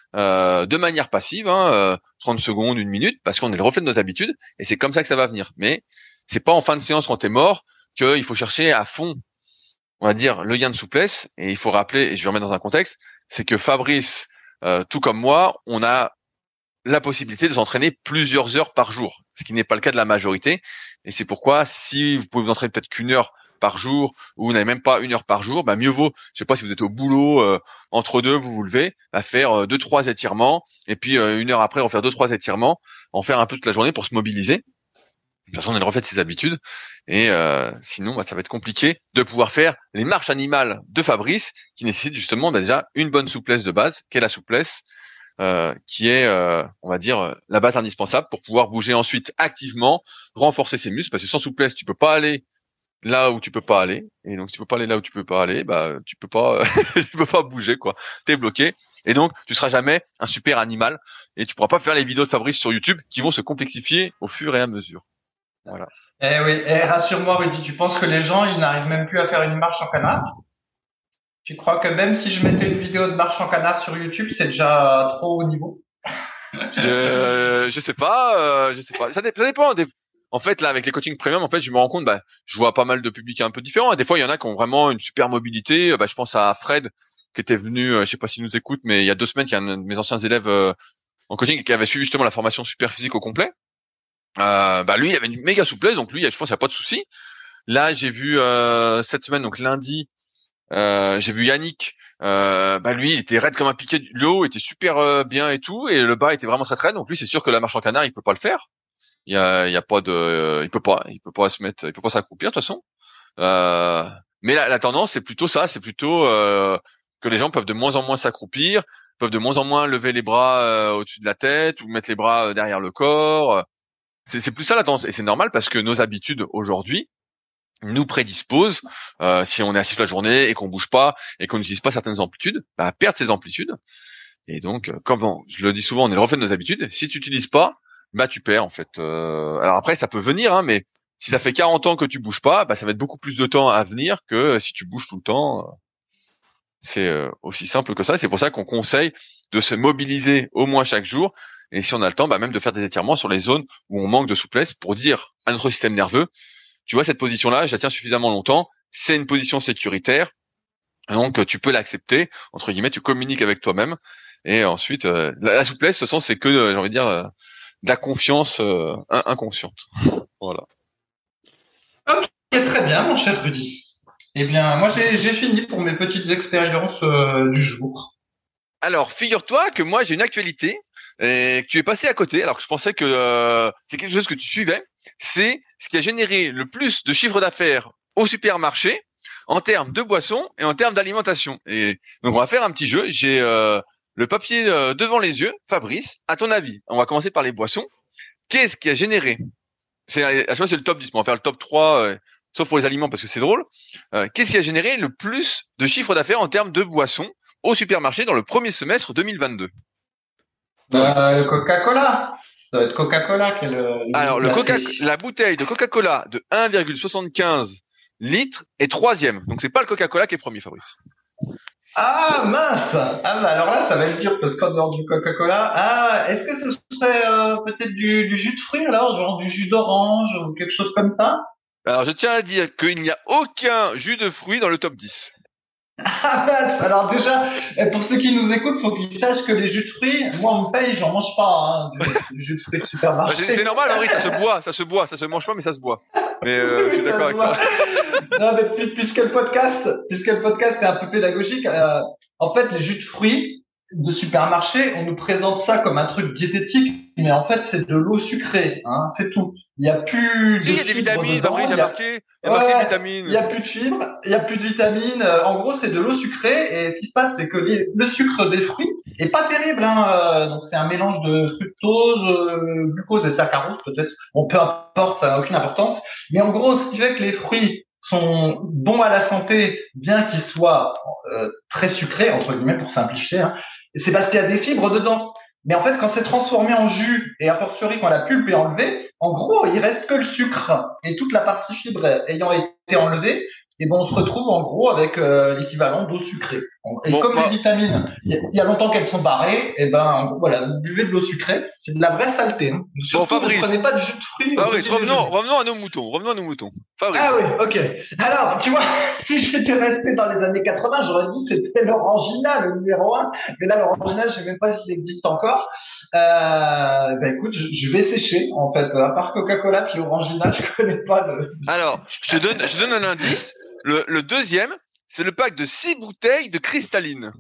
euh, de manière passive, hein, euh, trente secondes, une minute, parce qu'on est le reflet de nos habitudes, et c'est comme ça que ça va venir. Mais c'est pas en fin de séance quand t'es mort qu'il faut chercher à fond, on va dire, le gain de souplesse. Et il faut rappeler, et je vais remettre dans un contexte, c'est que Fabrice, euh, tout comme moi, on a la possibilité de s'entraîner plusieurs heures par jour, ce qui n'est pas le cas de la majorité. Et c'est pourquoi, si vous pouvez vous entraîner peut-être qu'une heure par jour, ou vous n'avez même pas une heure par jour, bah mieux vaut, je sais pas si vous êtes au boulot, euh, entre deux, vous vous levez, à faire euh, deux trois étirements, et puis euh, une heure après, refaire deux trois étirements, en faire un peu toute la journée pour se mobiliser. De toute façon, on est le reflet de ses habitudes, et euh, sinon, bah, ça va être compliqué de pouvoir faire les marches animales de Fabrice, qui nécessitent justement bah, déjà une bonne souplesse de base, qu'est la souplesse, Euh, qui est, euh, on va dire, la base indispensable pour pouvoir bouger ensuite activement, renforcer ses muscles, parce que sans souplesse, tu peux pas aller là où tu peux pas aller, et donc si tu peux pas aller là où tu peux pas aller, bah tu peux pas, tu peux pas bouger quoi, t'es bloqué, et donc tu seras jamais un super animal, et tu pourras pas faire les vidéos de Fabrice sur YouTube qui vont se complexifier au fur et à mesure. Voilà. Eh oui, eh, rassure-moi Rudy, tu penses que les gens, ils n'arrivent même plus à faire une marche en canard? Tu crois que même si je mettais une vidéo de marche en canard sur YouTube, c'est déjà trop haut niveau? Je, je sais pas, euh, je sais pas. Ça, dé- ça dépend. Des... En fait, là, avec les coachings premium, en fait, je me rends compte, bah, je vois pas mal de publics un peu différents. Et des fois, il y en a qui ont vraiment une super mobilité. Bah, je pense à Fred, qui était venu, euh, je sais pas s'il nous écoute, mais il y a deux semaines, qui est un de mes anciens élèves euh, en coaching, qui avait suivi justement la formation super physique au complet. Euh, bah, lui, il avait une méga souplesse, donc lui, je pense, il n'y a pas de souci. Là, j'ai vu euh, cette semaine, donc lundi, euh, j'ai vu Yannick. Euh, bah lui, il était raide comme un piquet. Le haut était super euh, bien et tout, et le bas était vraiment très très raide. Donc lui, c'est sûr que la marche en canard, il peut pas le faire. Il y a, il y a pas de, euh, il peut pas, il peut pas se mettre, il peut pas s'accroupir de toute façon. Euh, mais la, la tendance, c'est plutôt ça, c'est plutôt euh, que les gens peuvent de moins en moins s'accroupir, peuvent de moins en moins lever les bras euh, au-dessus de la tête ou mettre les bras euh, derrière le corps. C'est, c'est plus ça la tendance, et c'est normal parce que nos habitudes aujourd'hui nous prédisposent, euh, si on est assis toute la journée et qu'on bouge pas et qu'on n'utilise pas certaines amplitudes, bah, à perdre ces amplitudes. Et donc, euh, comme on- je le dis souvent, on est le reflet de nos habitudes. Si tu n'utilises pas, bah tu perds en fait. Euh, alors après, ça peut venir, hein, mais si ça fait quarante ans que tu bouges pas, bah ça va être beaucoup plus de temps à venir que euh, si tu bouges tout le temps. C'est euh, aussi simple que ça. C'est pour ça qu'on conseille de se mobiliser au moins chaque jour. Et si on a le temps, bah même de faire des étirements sur les zones où on manque de souplesse pour dire à notre système nerveux, tu vois, cette position-là, je la tiens suffisamment longtemps, c'est une position sécuritaire, donc tu peux l'accepter, entre guillemets, tu communiques avec toi-même, et ensuite, euh, la, la souplesse, ce sens, c'est que, euh, j'ai envie de dire, euh, de la confiance euh, in- inconsciente. Voilà. Ok, très bien, mon cher Rudy. Eh bien, moi, j'ai j'ai fini pour mes petites expériences euh, du jour. Alors, figure-toi que moi, j'ai une actualité, et que tu es passé à côté, alors que je pensais que euh, c'est quelque chose que tu suivais, c'est ce qui a généré le plus de chiffre d'affaires au supermarché, en termes de boissons et en termes d'alimentation. Et donc on va faire un petit jeu. J'ai euh, le papier euh, devant les yeux. Fabrice, à ton avis, on va commencer par les boissons. Qu'est-ce qui a généré? C'est à chaque fois c'est le top dix. Mais on va faire le top trois, euh, sauf pour les aliments parce que c'est drôle. Euh, qu'est-ce qui a généré le plus de chiffre d'affaires en termes de boissons au supermarché dans le premier semestre deux mille vingt-deux? Ouais, ça fait Euh, super. Coca-Cola. Ça doit être Coca-Cola qui est le, Alors le le la Coca, C. la bouteille de Coca-Cola de un virgule soixante-quinze litres est troisième. Donc c'est pas le Coca-Cola qui est premier, Fabrice. Ah, mince! Ah, bah alors là, ça va être dur parce qu'en dehors du Coca-Cola, ah, est-ce que ce serait euh, peut-être du, du jus de fruits alors, genre du jus d'orange ou quelque chose comme ça? Alors, je tiens à dire qu'il n'y a aucun jus de fruits dans le top dix. Ah, mince! Alors déjà, eh, pour ceux qui nous écoutent, faut qu'ils sachent que les jus de fruits, moi on me paye, j'en mange pas, hein, du, du jus de fruits de Bah, supermarché. c'est c'est normal, Henri, ça se boit, ça se boit, ça se mange pas, mais ça se boit. Mais Oui, euh, je suis oui, ça d'accord se avec toi. voit. Non, mais puis- puisque le podcast, puisque le podcast est un peu pédagogique, euh, en fait, les jus de fruits de supermarché, on nous présente ça comme un truc diététique, mais en fait, c'est de l'eau sucrée, hein, c'est tout. Il n'y a plus Si, de il y a des fibres vitamines, dedans. Fabrice, il y Il a y a, marqué, il y a marqué ouais, il y vitamines. a plus de fibres, il y a plus de vitamines. Euh, En gros, c'est de l'eau sucrée, et ce qui se passe, c'est que les- le sucre des fruits est pas terrible, hein. euh, Donc, c'est un mélange de fructose, euh, glucose et saccharose, peut-être. Bon, peu importe, ça n'a aucune importance. Mais en gros, ce qui fait que les fruits sont bons à la santé, bien qu'ils soient euh, très sucrés, entre guillemets, pour simplifier, hein, c'est parce qu'il y a des fibres dedans. Mais en fait, quand c'est transformé en jus, et a fortiori quand la pulpe est enlevée, en gros, il reste que le sucre. Et toute la partie fibre ayant été enlevée, et bon, on se retrouve en gros avec euh, l'équivalent d'eau sucrée. Et Bon, comme bah, les vitamines, il y, a- il y a longtemps qu'elles sont barrées, et ben voilà, vous buvez de l'eau sucrée, c'est de la vraie saleté. Hein. bon, Surtout, ne Fabrice, prenez pas de jus de fruits au Fabrice, petit revenons, déjeuner. revenons à nos moutons, revenons à nos moutons. Ah Fabrice. oui, ok. Alors, tu vois, si j'étais resté dans les années quatre-vingts, j'aurais dit que c'était l'Orangina, le numéro un. Mais là, l'Orangina, je sais même pas s'il existe encore. Euh, ben écoute, je, je vais sécher, en fait. À part Coca-Cola puis Orangina, je connais pas de... Alors, je te donne, je te donne un indice. Le, le deuxième, c'est le pack de six bouteilles de cristalline.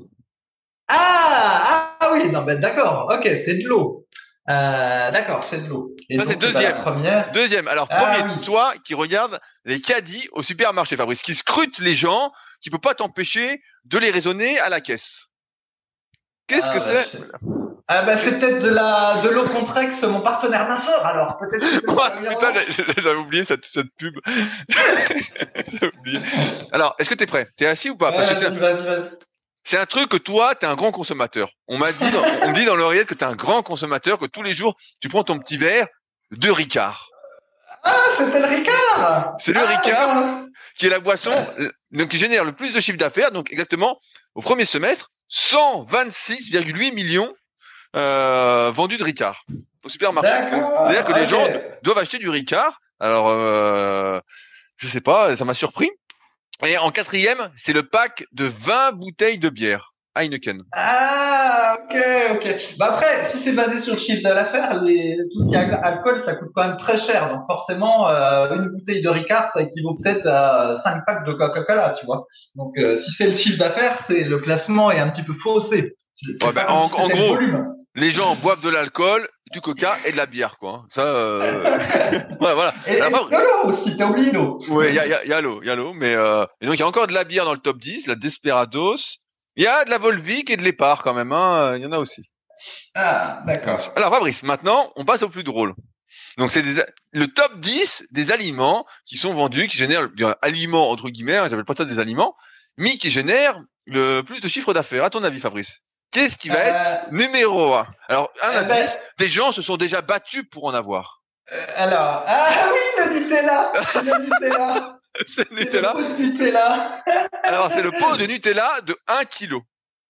Ah, ah oui, non, ben d'accord. Ok, c'est de l'eau. Euh, d'accord, c'est de l'eau. Et Ça, donc, c'est bah, deuxième. la première. Deuxième. Alors, Ah premier, oui. toi qui regardes les caddies au supermarché, Fabrice, qui scrute les gens, qui peut pas t'empêcher de les raisonner à la caisse. Qu'est-ce que Ah, bah, c'est? je sais. Ah bah c'est peut-être de la de l'eau Contrex, mon partenaire d'un sort. Alors peut-être que c'est Oh, ça le putain, virement. j'ai- j'avais oublié cette, cette pub. J'avais oublié. Alors, est-ce que t'es prêt? T'es assis ou pas? Ouais, Parce que c'est vas-y, vas-y, vas-y. c'est un truc que toi, t'es un grand consommateur. On m'a dit, dans- on me dit dans l'oreillette que t'es un grand consommateur, que tous les jours, tu prends ton petit verre de Ricard. Ah, c'était le Ricard. C'est le Ah, Ricard d'accord. qui est la boisson euh, donc, qui génère le plus de chiffre d'affaires. Donc, exactement, au premier semestre, cent vingt-six virgule huit millions euh, vendus de Ricard au supermarché. Donc, D'accord. c'est-à-dire que les Ok. gens doivent acheter du Ricard. Alors, euh, je sais pas, ça m'a surpris. Et en quatrième, c'est le pack de vingt bouteilles de bière Heineken. Ah, ok, ok. Bah après, si c'est basé sur le chiffre d'affaires, les tout ce qui est al- alcool, ça coûte quand même très cher. Donc forcément, euh, une bouteille de Ricard, ça équivaut peut-être à cinq packs de Coca-Cola, tu vois. Donc euh, si c'est le chiffre d'affaires, c'est le classement est un petit peu faussé. C'est c'est Ouais, pas ben, comme en, si en c'était le gros, volume. les gens boivent de l'alcool, du coca et de la bière, quoi. Ça, euh... ouais, voilà. Et, et Alors, l'eau aussi, t'as oublié l'eau. ouais, il y a, y a, y a l'eau, il y a l'eau, mais euh... et donc il y a encore de la bière dans le top dix, la Desperados. Il y a de la Volvic et de l'Épar quand même, hein. Il y en a aussi. Ah, d'accord. Alors Fabrice, maintenant on passe au plus drôle. Donc c'est des, le top dix des aliments qui sont vendus, qui génèrent, bien, aliments entre guillemets, hein, j'appelle pas ça des aliments, mais qui génèrent le plus de chiffre d'affaires. À ton avis, Fabrice, qu'est-ce qui va être Euh, numéro un? Alors un eh ben, indice, des gens se sont déjà battus pour en avoir. euh, alors, ah oui, le Nutella, le Nutella, C'est le c'est le Nutella. pot de Nutella. Alors c'est le pot de Nutella de un kilo.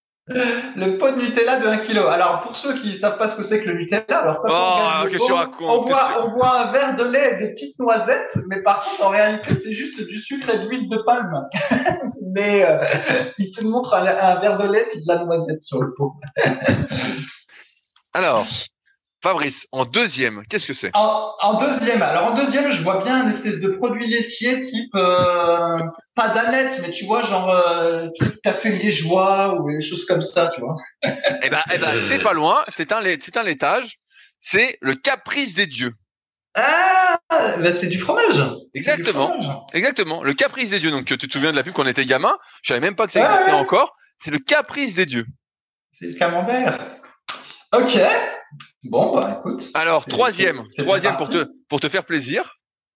Le pot de Nutella de un kilo. Alors, pour ceux qui savent pas ce que c'est que le Nutella, alors quand on Oh, regarde le qu'est-ce que tu pot, racontes, on qu'est-ce voit, que on voit un verre de lait et des petites noisettes, mais par contre, en réalité, c'est juste du sucre et de l'huile de palme. Mais euh, il te montre un, un verre de lait et de la noisette sur le pot. Alors, Fabrice, en deuxième, qu'est-ce que c'est? En, en deuxième, alors en deuxième, je vois bien un espèce de produit laitier type, euh, pas d'aneth, mais tu vois, genre euh, truc café liégeois ou des choses comme ça, tu vois. Eh ben, eh ben, c'était pas loin. C'est un, lait- c'est un laitage. C'est le caprice des dieux. Ah, bah c'est du fromage. C'est du Exactement. fromage. Exactement. Le caprice des dieux. Donc, tu te souviens de la pub quand on était gamin? Je savais même pas que ça Ouais, existait ouais. encore. C'est le caprice des dieux. C'est le camembert. Ok. Bon, bah écoute. Alors, C'est- troisième. c'est- c'est Troisième pour parti. te, pour te faire plaisir.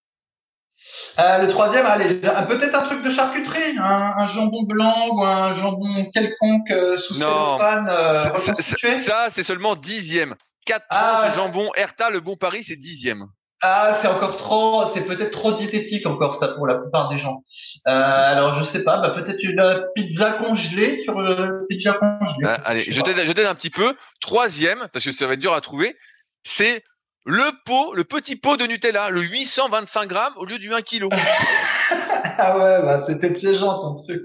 Euh, le troisième, allez, un- peut-être un truc de charcuterie, un, un jambon blanc ou un jambon quelconque euh, sous Non. cellophane euh, C'est- c'est- reconstitué. Ça, c'est seulement dixième. Quatre Ah, tranches de ouais. jambon. Erta, le bon Paris, c'est dixième. Ah, c'est encore trop, c'est peut-être trop diététique encore ça pour la plupart des gens. Euh, alors je sais pas, bah peut-être une euh, pizza congelée sur le pizza congelée. Ah, allez, sais je pas. t'aide, je t'aide un petit peu. Troisième, parce que ça va être dur à trouver, c'est le pot, le petit pot de Nutella, le huit cent vingt-cinq grammes au lieu du un kilo. Ah ouais, bah c'était piégeant ton truc.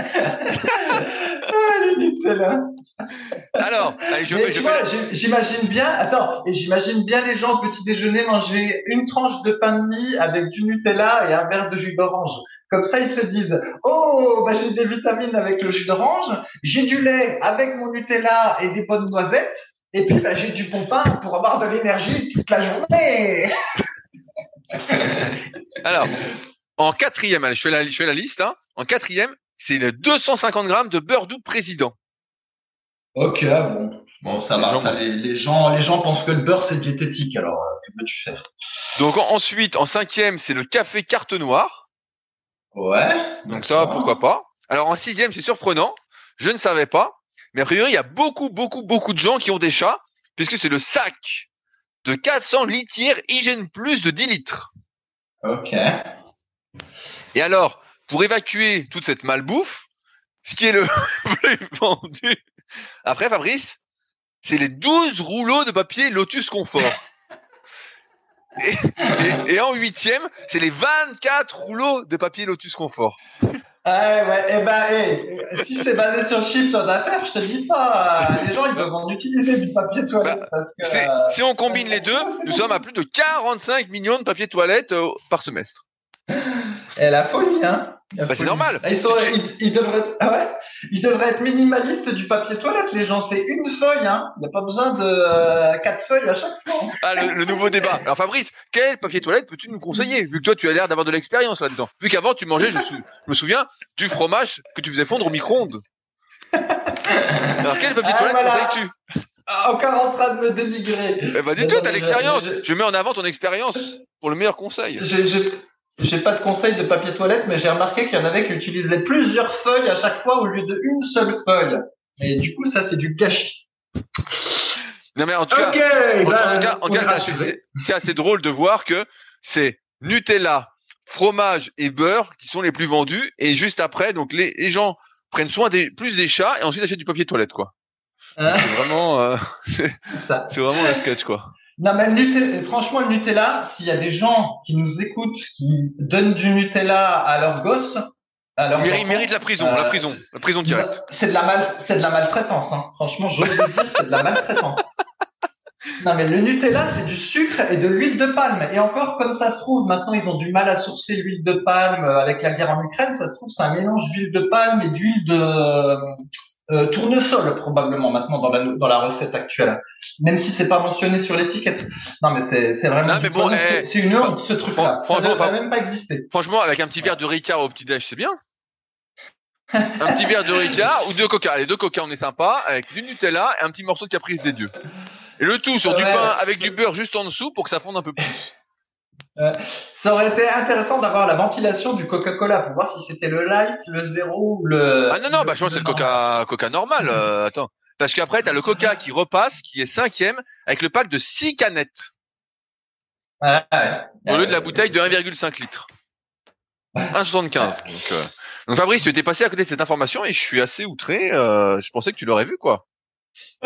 Ah, les Nutella. Alors, allez, je, Mais je tu fais vois, la- j'ai- j'imagine bien, attends, et j'imagine bien les gens au petit déjeuner manger une tranche de pain de mie avec du Nutella et un verre de jus d'orange. Comme ça, ils se disent, oh, bah, j'ai des vitamines avec le jus d'orange, j'ai du lait avec mon Nutella et des bonnes noisettes, et puis, bah, j'ai du bon pain pour avoir de l'énergie toute la journée. Alors, en quatrième, allez, je fais la, je fais la liste, hein. En quatrième, c'est le deux cent cinquante grammes de beurre doux président. Ok, bon. Bon, ça Les va, gens- ça, les, les gens, les gens pensent que le beurre c'est diététique, alors, euh, que peux-tu faire? Donc en- ensuite, en cinquième, c'est le café carte noire. Ouais. Donc ça, pourquoi pas. Alors en sixième, c'est surprenant. Je ne savais pas. Mais a priori, il y a beaucoup, beaucoup, beaucoup de gens qui ont des chats, puisque c'est le sac de quatre cents litières Hygiène Plus de dix litres. Ok. Et alors, pour évacuer toute cette malbouffe, ce qui est le plus vendu. Après, Fabrice, c'est les douze rouleaux de papier Lotus Confort. Et, et, et en huitième, c'est les vingt-quatre rouleaux de papier Lotus Confort. Ouais, ouais, eh ben, hey, si c'est basé sur le chiffre d'affaires, je te dis pas, euh, les gens, ils peuvent en utiliser du papier toilette Bah, parce que, c'est, euh, si on combine les deux, nous sommes à plus de quarante-cinq millions de papier toilette euh, par semestre. et la folie, hein. La Bah, c'est folie. normal. Ah, Ils, sont, Si tu- ils, ils devraient, ah ouais, ils devraient être minimalistes du papier toilette, les gens. C'est une feuille, hein. Il n'y a pas besoin de euh, quatre feuilles à chaque fois. Ah, le, le nouveau débat. Alors Fabrice, quel papier toilette peux-tu nous conseiller, vu que toi tu as l'air d'avoir de l'expérience là-dedans. Vu qu'avant tu mangeais, je, sou- je me souviens, du fromage que tu faisais fondre au micro-ondes. Alors quel papier Ah, toilette voilà. conseilles-tu? Encore en train de me dénigrer. Eh ben dis Mais tout, non, t'as mais l'expérience. je- je- Je mets en avant ton expérience pour le meilleur conseil. J'ai, j'ai, j'ai pas de conseil de papier toilette, mais j'ai remarqué qu'il y en avait qui utilisaient plusieurs feuilles à chaque fois au lieu d'une seule feuille. Et du coup, ça, c'est du gâchis. Non mais en tout cas, Ok, en, bah, en tout cas, en on tout cas, est c'est assez, rassurés. c'est- c'est assez drôle de voir que c'est Nutella, fromage et beurre qui sont les plus vendus, et juste après, donc les, les gens prennent soin des plus des chats et ensuite achètent du papier toilette, quoi. Hein, Donc, c'est vraiment, euh, c'est, ça. c'est vraiment le sketch, quoi. Non, mais le Nutella, franchement, le Nutella, s'il y a des gens qui nous écoutent, qui donnent du Nutella à leurs gosses, à leurs Il mérite, enfants, mérite la prison, euh, la prison, la prison directe. c'est de la mal, c'est de la maltraitance, hein. Franchement, j'ose le dire, c'est de la maltraitance. Non, mais le Nutella, c'est du sucre et de l'huile de palme. Et encore, comme ça se trouve, maintenant, ils ont du mal à sourcer l'huile de palme euh, avec la guerre en Ukraine. Ça se trouve, c'est un mélange d'huile de palme et d'huile de euh, euh, tournesol, probablement, maintenant, dans la, dans la recette actuelle. Même si c'est pas mentionné sur l'étiquette. Non, mais c'est, c'est vraiment Non, du mais bon, poison. eh, c'est, c'est une honte, ce truc-là. fran- Ça ne franchement, devrait enfin- même pas exister. Franchement, avec un petit verre de Ricard au petit-déj, c'est bien. Un petit verre de Ricard ou de Coca. Les deux Coca, on est sympa, avec du Nutella et un petit morceau de Caprice des dieux. Et le tout sur du Ouais. pain avec du beurre juste en dessous pour que ça fonde un peu plus. Ça aurait été intéressant d'avoir la ventilation du Coca-Cola pour voir si c'était le light, le zéro ou le... Ah non, non, bah je pense que c'est le Coca, Coca normal. Euh, attends. Parce qu'après, t'as le Coca qui repasse, qui est cinquième, avec le pack de six canettes, Ouais, ouais. au lieu de la bouteille de un virgule cinq litres. un virgule soixante-quinze. Donc, euh... donc Fabrice, tu étais passé à côté de cette information et je suis assez outré. Euh, je pensais que tu l'aurais vu, quoi. Eh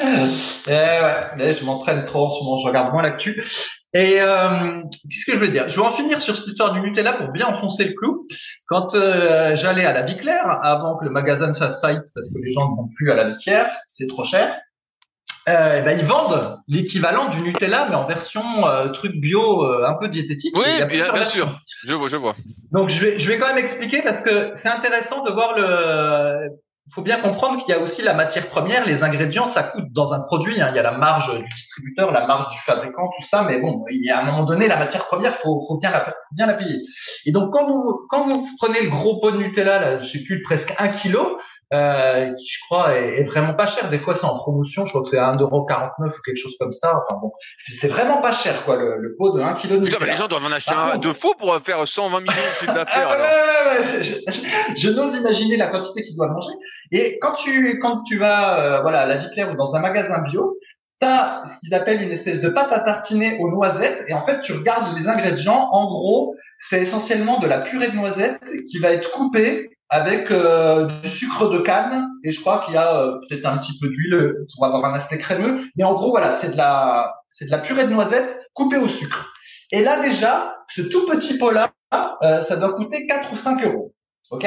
ouais, mais je m'entraîne trop en ce moment, je regarde moins l'actu. Et euh, qu'est-ce que je veux dire? Je vais en finir sur cette histoire du Nutella pour bien enfoncer le clou. Quand euh, j'allais à la Vie Claire, avant que le magasin fasse faillite, parce que les gens ne vont plus à la Vie Claire, c'est trop cher, euh, ben ils vendent l'équivalent du Nutella, mais en version euh, truc bio, euh, un peu diététique. Et il y Oui, a bien, plusieurs bien versions. sûr. Je vois, je vois. Donc je vais, je vais quand même expliquer parce que c'est intéressant de voir le. Il faut bien comprendre qu'il y a aussi la matière première, les ingrédients, ça coûte dans un produit. Hein, il y a la marge du distributeur, la marge du fabricant, tout ça. Mais bon, il y a à un moment donné, la matière première, faut, faut bien la, faut bien la payer. Et donc quand vous, quand vous prenez le gros pot de Nutella, là, je sais plus, presque un kilo, euh, qui je crois est, est vraiment pas cher. Des fois c'est en promotion, je crois que c'est à un euro quarante-neuf ou quelque chose comme ça. Enfin bon, c'est, c'est vraiment pas cher quoi, le, le pot de un kilo de Putain, Nutella. mais les gens doivent en acheter Par un contre- de faux pour faire cent vingt millions de chiffre d'affaires. Ah, alors. ouais, ouais, ouais, je, je- je n'ose imaginer la quantité qu'ils doivent manger. Et quand tu quand tu vas euh, voilà à la Vie Claire ou dans un magasin bio, t'as ce qu'ils appellent une espèce de pâte à tartiner aux noisettes. Et en fait, tu regardes les ingrédients. En gros, c'est essentiellement de la purée de noisettes qui va être coupée avec euh, du sucre de canne. Et je crois qu'il y a euh, peut-être un petit peu d'huile pour avoir un aspect crémeux. Mais en gros, voilà, c'est de la c'est de la purée de noisettes coupée au sucre. Et là déjà, ce tout petit pot-là, euh, ça doit coûter quatre ou cinq euros. Ok?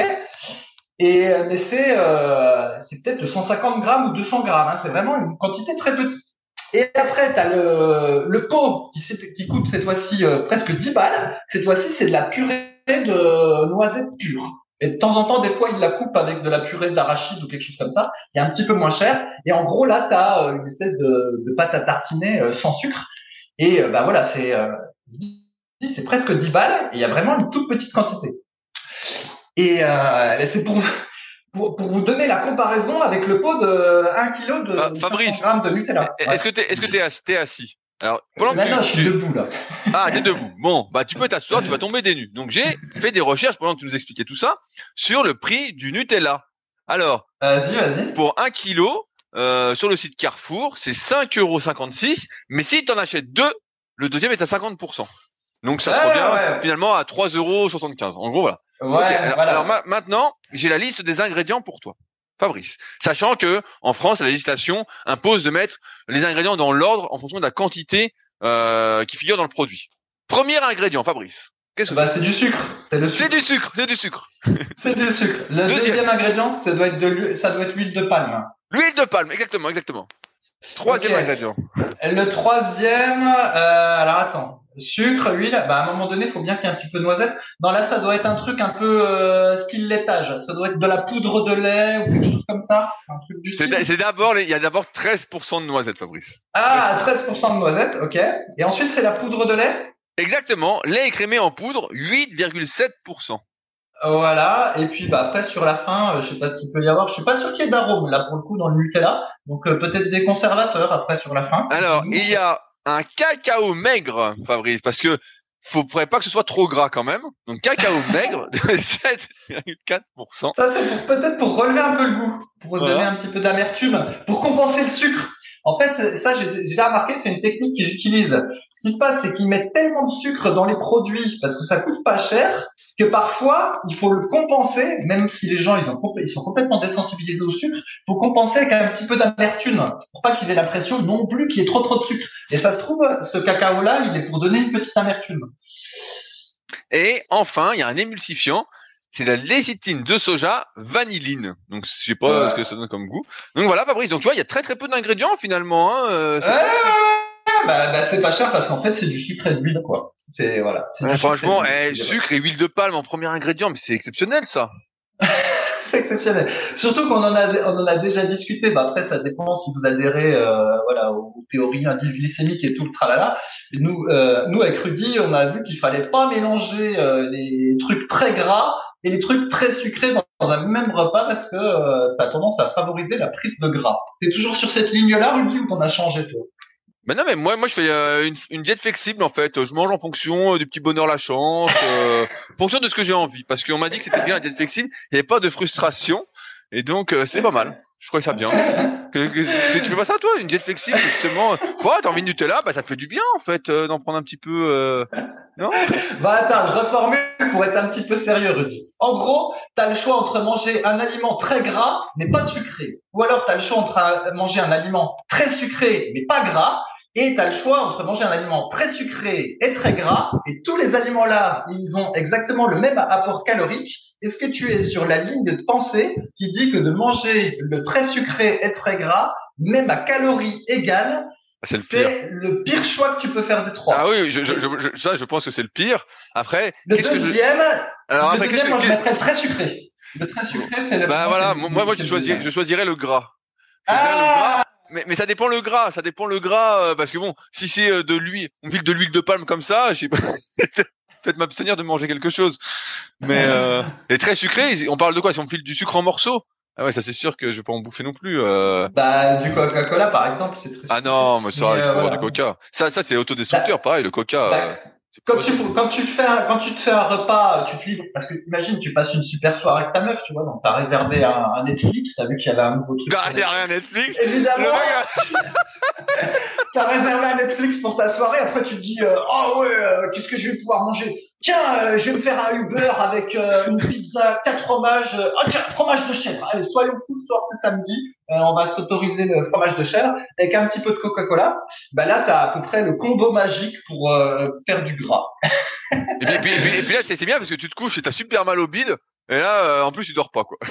Et euh, mais c'est euh, c'est peut-être cent cinquante grammes ou deux cents grammes. Hein, c'est vraiment une quantité très petite. Et après, t'as le le pot qui, s'est- qui coûte cette fois-ci euh, presque dix balles. Cette fois-ci, c'est de la purée de noisettes pures. Et de temps en temps, des fois, ils la coupent avec de la purée d'arachide ou quelque chose comme ça. Il y a un petit peu moins cher. Et en gros, là, t'as euh, une espèce de, de pâte à tartiner euh, sans sucre. Et euh, bah voilà, c'est euh, c'est presque dix balles. Et il y a vraiment une toute petite quantité. Et, euh, et c'est pour, pour pour vous donner la comparaison avec le pot de un kilo de Fa- cinq Fabrice, cents grammes de Nutella. Est-ce que t'es, est-ce que t'es assis, t'es assis? Alors, pendant que Maintenant, je tu, suis tu- debout là. ah, t'es debout. Bon, bah, tu peux t'asseoir, tu vas tomber des nues. Donc, j'ai fait des recherches pendant que tu nous expliquais tout ça sur le prix du Nutella. Alors, Vas-y, vas-y. pour un kilo, euh, sur le site Carrefour, c'est cinq euros cinquante-six. Mais si t'en achètes deux, le deuxième est à cinquante pour cent. Donc, ça te Ouais, revient ouais. finalement à trois euros soixante-quinze. En gros, voilà. Ouais, Ok, alors, voilà. alors ma- maintenant, j'ai la liste des ingrédients pour toi, Fabrice. Sachant que en France, la législation impose de mettre les ingrédients dans l'ordre en fonction de la quantité euh, qui figure dans le produit. Premier ingrédient, Fabrice. Qu'est-ce que Bah, c'est? c'est du sucre. C'est le C'est sucre. du sucre, c'est du sucre. C'est du sucre. Le Deuxième, deuxième ingrédient, ça doit être de l'huile, ça doit être l'huile de palme. l'huile de palme, exactement, exactement. Ok. Troisième ingrédient. Le troisième, euh, alors attends. Sucre, huile, bah à un moment donné, il faut bien qu'il y ait un petit peu de noisette. Non, là, ça doit être un truc un peu euh, style laitage. Ça doit être de la poudre de lait ou quelque chose comme ça. Un truc du C'est style. d- c'est d'abord, les- il y a d'abord treize pour cent de noisettes, Fabrice. Ah, treize pour cent de noisette, ok. Et ensuite, c'est la poudre de lait. Exactement, lait écrémé en poudre, huit virgule sept pour cent. Voilà. Et puis, bah après, sur la fin, euh, je sais pas ce qu'il peut y avoir. Je suis pas sûr qu'il y ait d'arôme là pour le coup dans le Nutella. Donc euh, peut-être des conservateurs après sur la fin. Alors, il y a un cacao maigre, Fabrice, parce que faut faudrait pas que ce soit trop gras quand même. Donc cacao maigre de sept virgule quatre pour cent. Ça, c'est pour- peut-être pour relever un peu le goût, pour Voilà. donner un petit peu d'amertume, pour compenser le sucre. En fait, ça, j'ai j'ai déjà remarqué, c'est une technique qu'ils utilisent. Ce qui se passe, c'est qu'ils mettent tellement de sucre dans les produits, parce que ça coûte pas cher, que parfois, il faut le compenser, même si les gens, ils, ont, compl- ils sont complètement désensibilisés au sucre, il faut compenser avec un petit peu d'amertume, pour pas qu'ils aient l'impression non plus qu'il y ait trop trop de sucre. Et ça se trouve, ce cacao-là, il est pour donner une petite amertume. Et enfin, il y a un émulsifiant, c'est la lécithine de soja vanilline. Donc je sais pas Ouais. ce que ça donne comme goût. Donc voilà, Fabrice. Donc tu vois, il y a très très peu d'ingrédients finalement. Hein. euh, c'est Ouais, pas si- ouais, bah, bah, c'est pas cher parce qu'en fait, c'est du sucre et de l'huile, quoi. C'est, voilà. C'est Ouais, du sucre et franchement, de l'huile, eh, c'est- sucre et huile de palme en premier ingrédient, mais c'est exceptionnel ça. C'est exceptionnel. Surtout qu'on en a, on en a déjà discuté. Bah après, ça dépend si vous adhérez, euh, voilà, aux théories indices glycémiques et tout le tralala. Et nous, euh, nous avec Rudy, on a vu qu'il fallait pas mélanger euh, les trucs très gras et les trucs très sucrés dans, dans un même repas parce que euh, ça a tendance à favoriser la prise de gras. T'es toujours sur cette ligne-là, Rudy, ou t'en as changé toi? Mais non, mais moi, moi, je fais euh, une, une diète flexible en fait. Je mange en fonction euh, du petit bonheur, la chance, euh, en fonction de ce que j'ai envie. Parce qu'on m'a dit que c'était bien la diète flexible, il n'y avait pas de frustration, et donc euh, c'est pas mal. Je trouvais ça bien. Que, que- que- tu fais pas ça toi, une diète flexible justement? Quoi, t'as envie de Nutella, bah ça te fait du bien en fait euh, d'en prendre un petit peu. Euh... Non? Bah attends, je reformule pour être un petit peu sérieux, Rudy. En gros, t'as le choix entre manger un aliment très gras mais pas sucré, ou alors t'as le choix entre un- manger un aliment très sucré mais pas gras, et t'as le choix entre manger un aliment très sucré et très gras, et tous les aliments-là, ils ont exactement le même apport calorique. Est-ce que tu es sur la ligne de pensée qui dit que de manger le très sucré et très gras, même à calories égales, Ah, c'est le pire. c'est le pire choix que tu peux faire des trois? Ah oui, je, je, je, je- ça, je pense que c'est le pire. Après, Le qu'est-ce que je. deuxième, Alors le après, qu'est-ce deuxième, moi, que. je qu'est- mettrais le très sucré. Le très sucré, c'est le. Bah voilà, c'est le- moi, moi, c'est je le choisirais, deuxième. je choisirais le gras. Je choisirais le gras. Ah! Mais, mais ça dépend le gras, ça dépend le gras, euh, parce que bon, si c'est euh, de l'huile, on pique de l'huile de palme comme ça, je sais pas, peut-être m'abstenir de manger quelque chose. Mais euh, les très sucrés, ils- on parle de quoi? Si on pile du sucre en morceaux? Ah ouais, ça c'est sûr que je vais pas en bouffer non plus. Euh... Bah, du Coca-Cola, par exemple, c'est très Ah sucré. non, mais ça, Mais, je euh, peux boire voilà. du coca. Ça, ça c'est autodestructeur, pareil, le coca. Bah, euh, c'est Quand pas tu, possible. quand tu te fais un, quand tu te fais un repas, tu te livres, parce que imagine, tu passes une super soirée avec ta meuf, tu vois, donc t'as réservé un, un Netflix, t'as vu qu'il y avait un nouveau truc. T'as sur regardé Netflix. un Netflix? Le Évidemment, mec, t'as réservé un Netflix pour ta soirée, après tu te dis, euh, oh ouais, euh, qu'est-ce que je vais pouvoir manger? Tiens, euh, je vais me faire un Uber avec euh, une pizza, quatre fromages, euh, oh tiens, fromage de chèvre. Allez, soyons fous, ce soir c'est samedi, euh, on va s'autoriser le fromage de chèvre avec un petit peu de Coca-Cola. Bah là, t'as à peu près le combo magique pour euh, faire du gras. Et puis, et puis, et puis, et puis là, c'est c'est bien parce que tu te couches et t'as super mal au bide. Et là, euh, en plus, tu dors pas, quoi.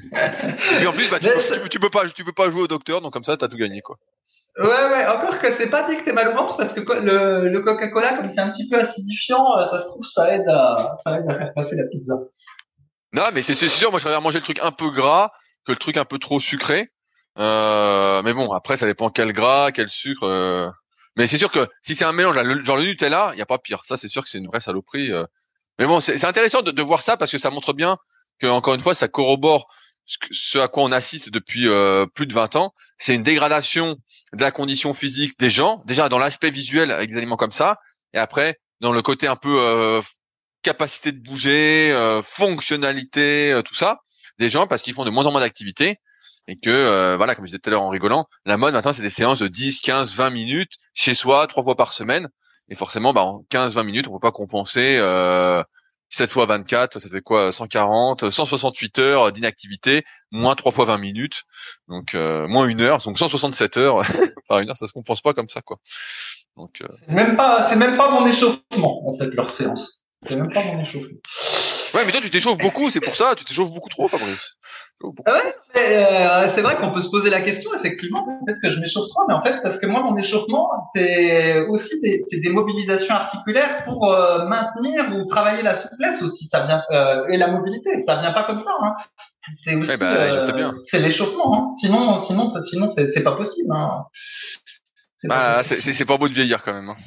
Et puis en plus, bah, tu, Mais peux, c'est- tu, peux- tu peux pas, tu peux pas jouer au docteur, donc comme ça, t'as tout gagné, quoi. Ouais, ouais, encore que c'est pas dit que t'es mal au ventre parce que quoi, le, le Coca-Cola, comme c'est un petit peu acidifiant, euh, ça se trouve, ça aide à, ça aide à faire passer la pizza. Non, mais c'est c'est sûr, moi, je préfère manger le truc un peu gras que le truc un peu trop sucré. Euh, mais bon, après, ça dépend quel gras, quel sucre. euh. Mais c'est sûr que si c'est un mélange, là, le- genre le Nutella, il y a pas pire. Ça, c'est sûr que c'est une vraie saloperie. euh. Mais bon, c'est c'est intéressant de, de voir ça parce que ça montre bien que, encore une fois, ça corrobore ce, que- ce à quoi on assiste depuis euh, plus de vingt ans. C'est une dégradation de la condition physique des gens, déjà dans l'aspect visuel avec des aliments comme ça, et après dans le côté un peu euh, capacité de bouger, euh, fonctionnalité, euh, tout ça, des gens parce qu'ils font de moins en moins d'activités et que euh, voilà, comme je disais tout à l'heure en rigolant, la mode maintenant c'est des séances de dix, quinze, vingt minutes chez soi, trois fois par semaine, et forcément bah en quinze, vingt minutes on peut pas compenser euh, sept fois vingt-quatre, ça fait quoi? cent quarante, cent soixante-huit heures d'inactivité, moins trois fois vingt minutes, donc euh, moins une heure, donc cent soixante-sept heures. Enfin, une heure, ça se compense pas comme ça, quoi. Donc, euh... c'est même pas, c'est même pas mon échauffement en fait leur séance. C'est même pas mon échauffement. Ouais, mais toi tu t'échauffes beaucoup, c'est pour ça, tu t'échauffes beaucoup trop, Fabrice. Beaucoup. Ah ouais, c'est, euh, c'est vrai qu'on peut se poser la question, effectivement, peut-être que je m'échauffe trop, mais en fait, parce que moi, mon échauffement, c'est aussi des, c'est des mobilisations articulaires pour euh, maintenir ou travailler la souplesse aussi, ça vient euh, et la mobilité, ça vient pas comme ça. Hein. C'est aussi, eh ben, euh, je sais bien. c'est l'échauffement. Hein. Sinon, sinon, sinon, c'est, c'est pas possible. Hein. C'est, bah, pas c'est, c'est, c'est pas beau de vieillir quand même. Hein.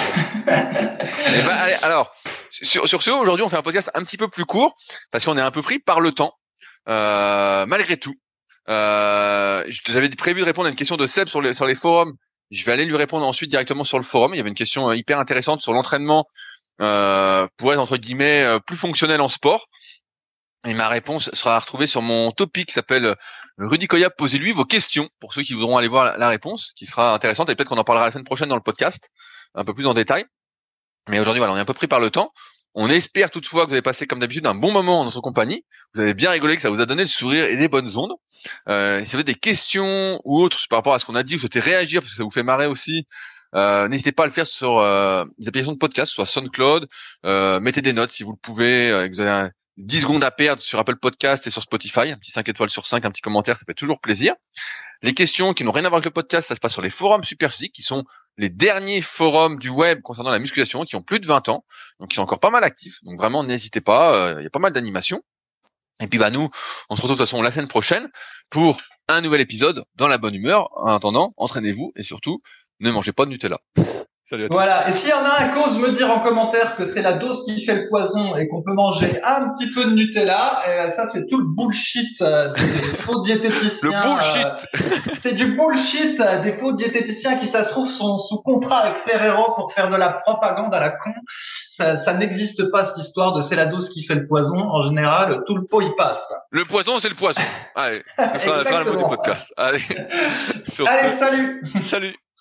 Et ben, allez, alors, sur, sur ce, aujourd'hui, on fait un podcast un petit peu plus court parce qu'on est un peu pris par le temps, euh, malgré tout. Euh, j'avais prévu de répondre à une question de Seb sur les, sur les forums. Je vais aller lui répondre ensuite directement sur le forum. Il y avait une question hyper intéressante sur l'entraînement euh, pour être entre guillemets plus fonctionnel en sport. Et ma réponse sera retrouvée sur mon topic qui s'appelle Rudy Koya, posez-lui vos questions pour ceux qui voudront aller voir la réponse, qui sera intéressante et peut-être qu'on en parlera la semaine prochaine dans le podcast, un peu plus en détail. Mais aujourd'hui, voilà, on est un peu pris par le temps. On espère toutefois que vous avez passé comme d'habitude un bon moment en notre compagnie. Vous avez bien rigolé, que ça vous a donné le sourire et des bonnes ondes. Euh, si vous avez des questions ou autres par rapport à ce qu'on a dit, vous souhaitez réagir parce que ça vous fait marrer aussi, euh, n'hésitez pas à le faire sur euh, les applications de podcast, soit SoundCloud. Euh, mettez des notes si vous le pouvez. Euh, vous avez un, dix secondes à perdre sur Apple Podcast et sur Spotify. Un petit cinq étoiles sur cinq, un petit commentaire, ça fait toujours plaisir. Les questions qui n'ont rien à voir avec le podcast, ça se passe sur les forums Superphysique, qui sont les derniers forums du web concernant la musculation, qui ont plus de vingt ans, donc qui sont encore pas mal actifs. Donc vraiment, n'hésitez pas, il euh, y a pas mal d'animations. Et puis bah nous, on se retrouve de toute façon la semaine prochaine pour un nouvel épisode dans la bonne humeur. En attendant, entraînez-vous et surtout, ne mangez pas de Nutella. Salut à tous. Voilà, et s'il y en a un qui ose me dire en commentaire que c'est la dose qui fait le poison et qu'on peut manger un petit peu de Nutella, eh, ça c'est tout le bullshit euh, des faux diététiciens. Le bullshit euh, C'est du bullshit euh, des faux diététiciens qui, ça se trouve, sont sous contrat avec Ferrero pour faire de la propagande à la con. Ça, ça n'existe pas, cette histoire de c'est la dose qui fait le poison. En général, tout le pot y passe. Le poison, c'est le poison. Allez, ça sera le mot du podcast. Allez, Allez, salut. Salut.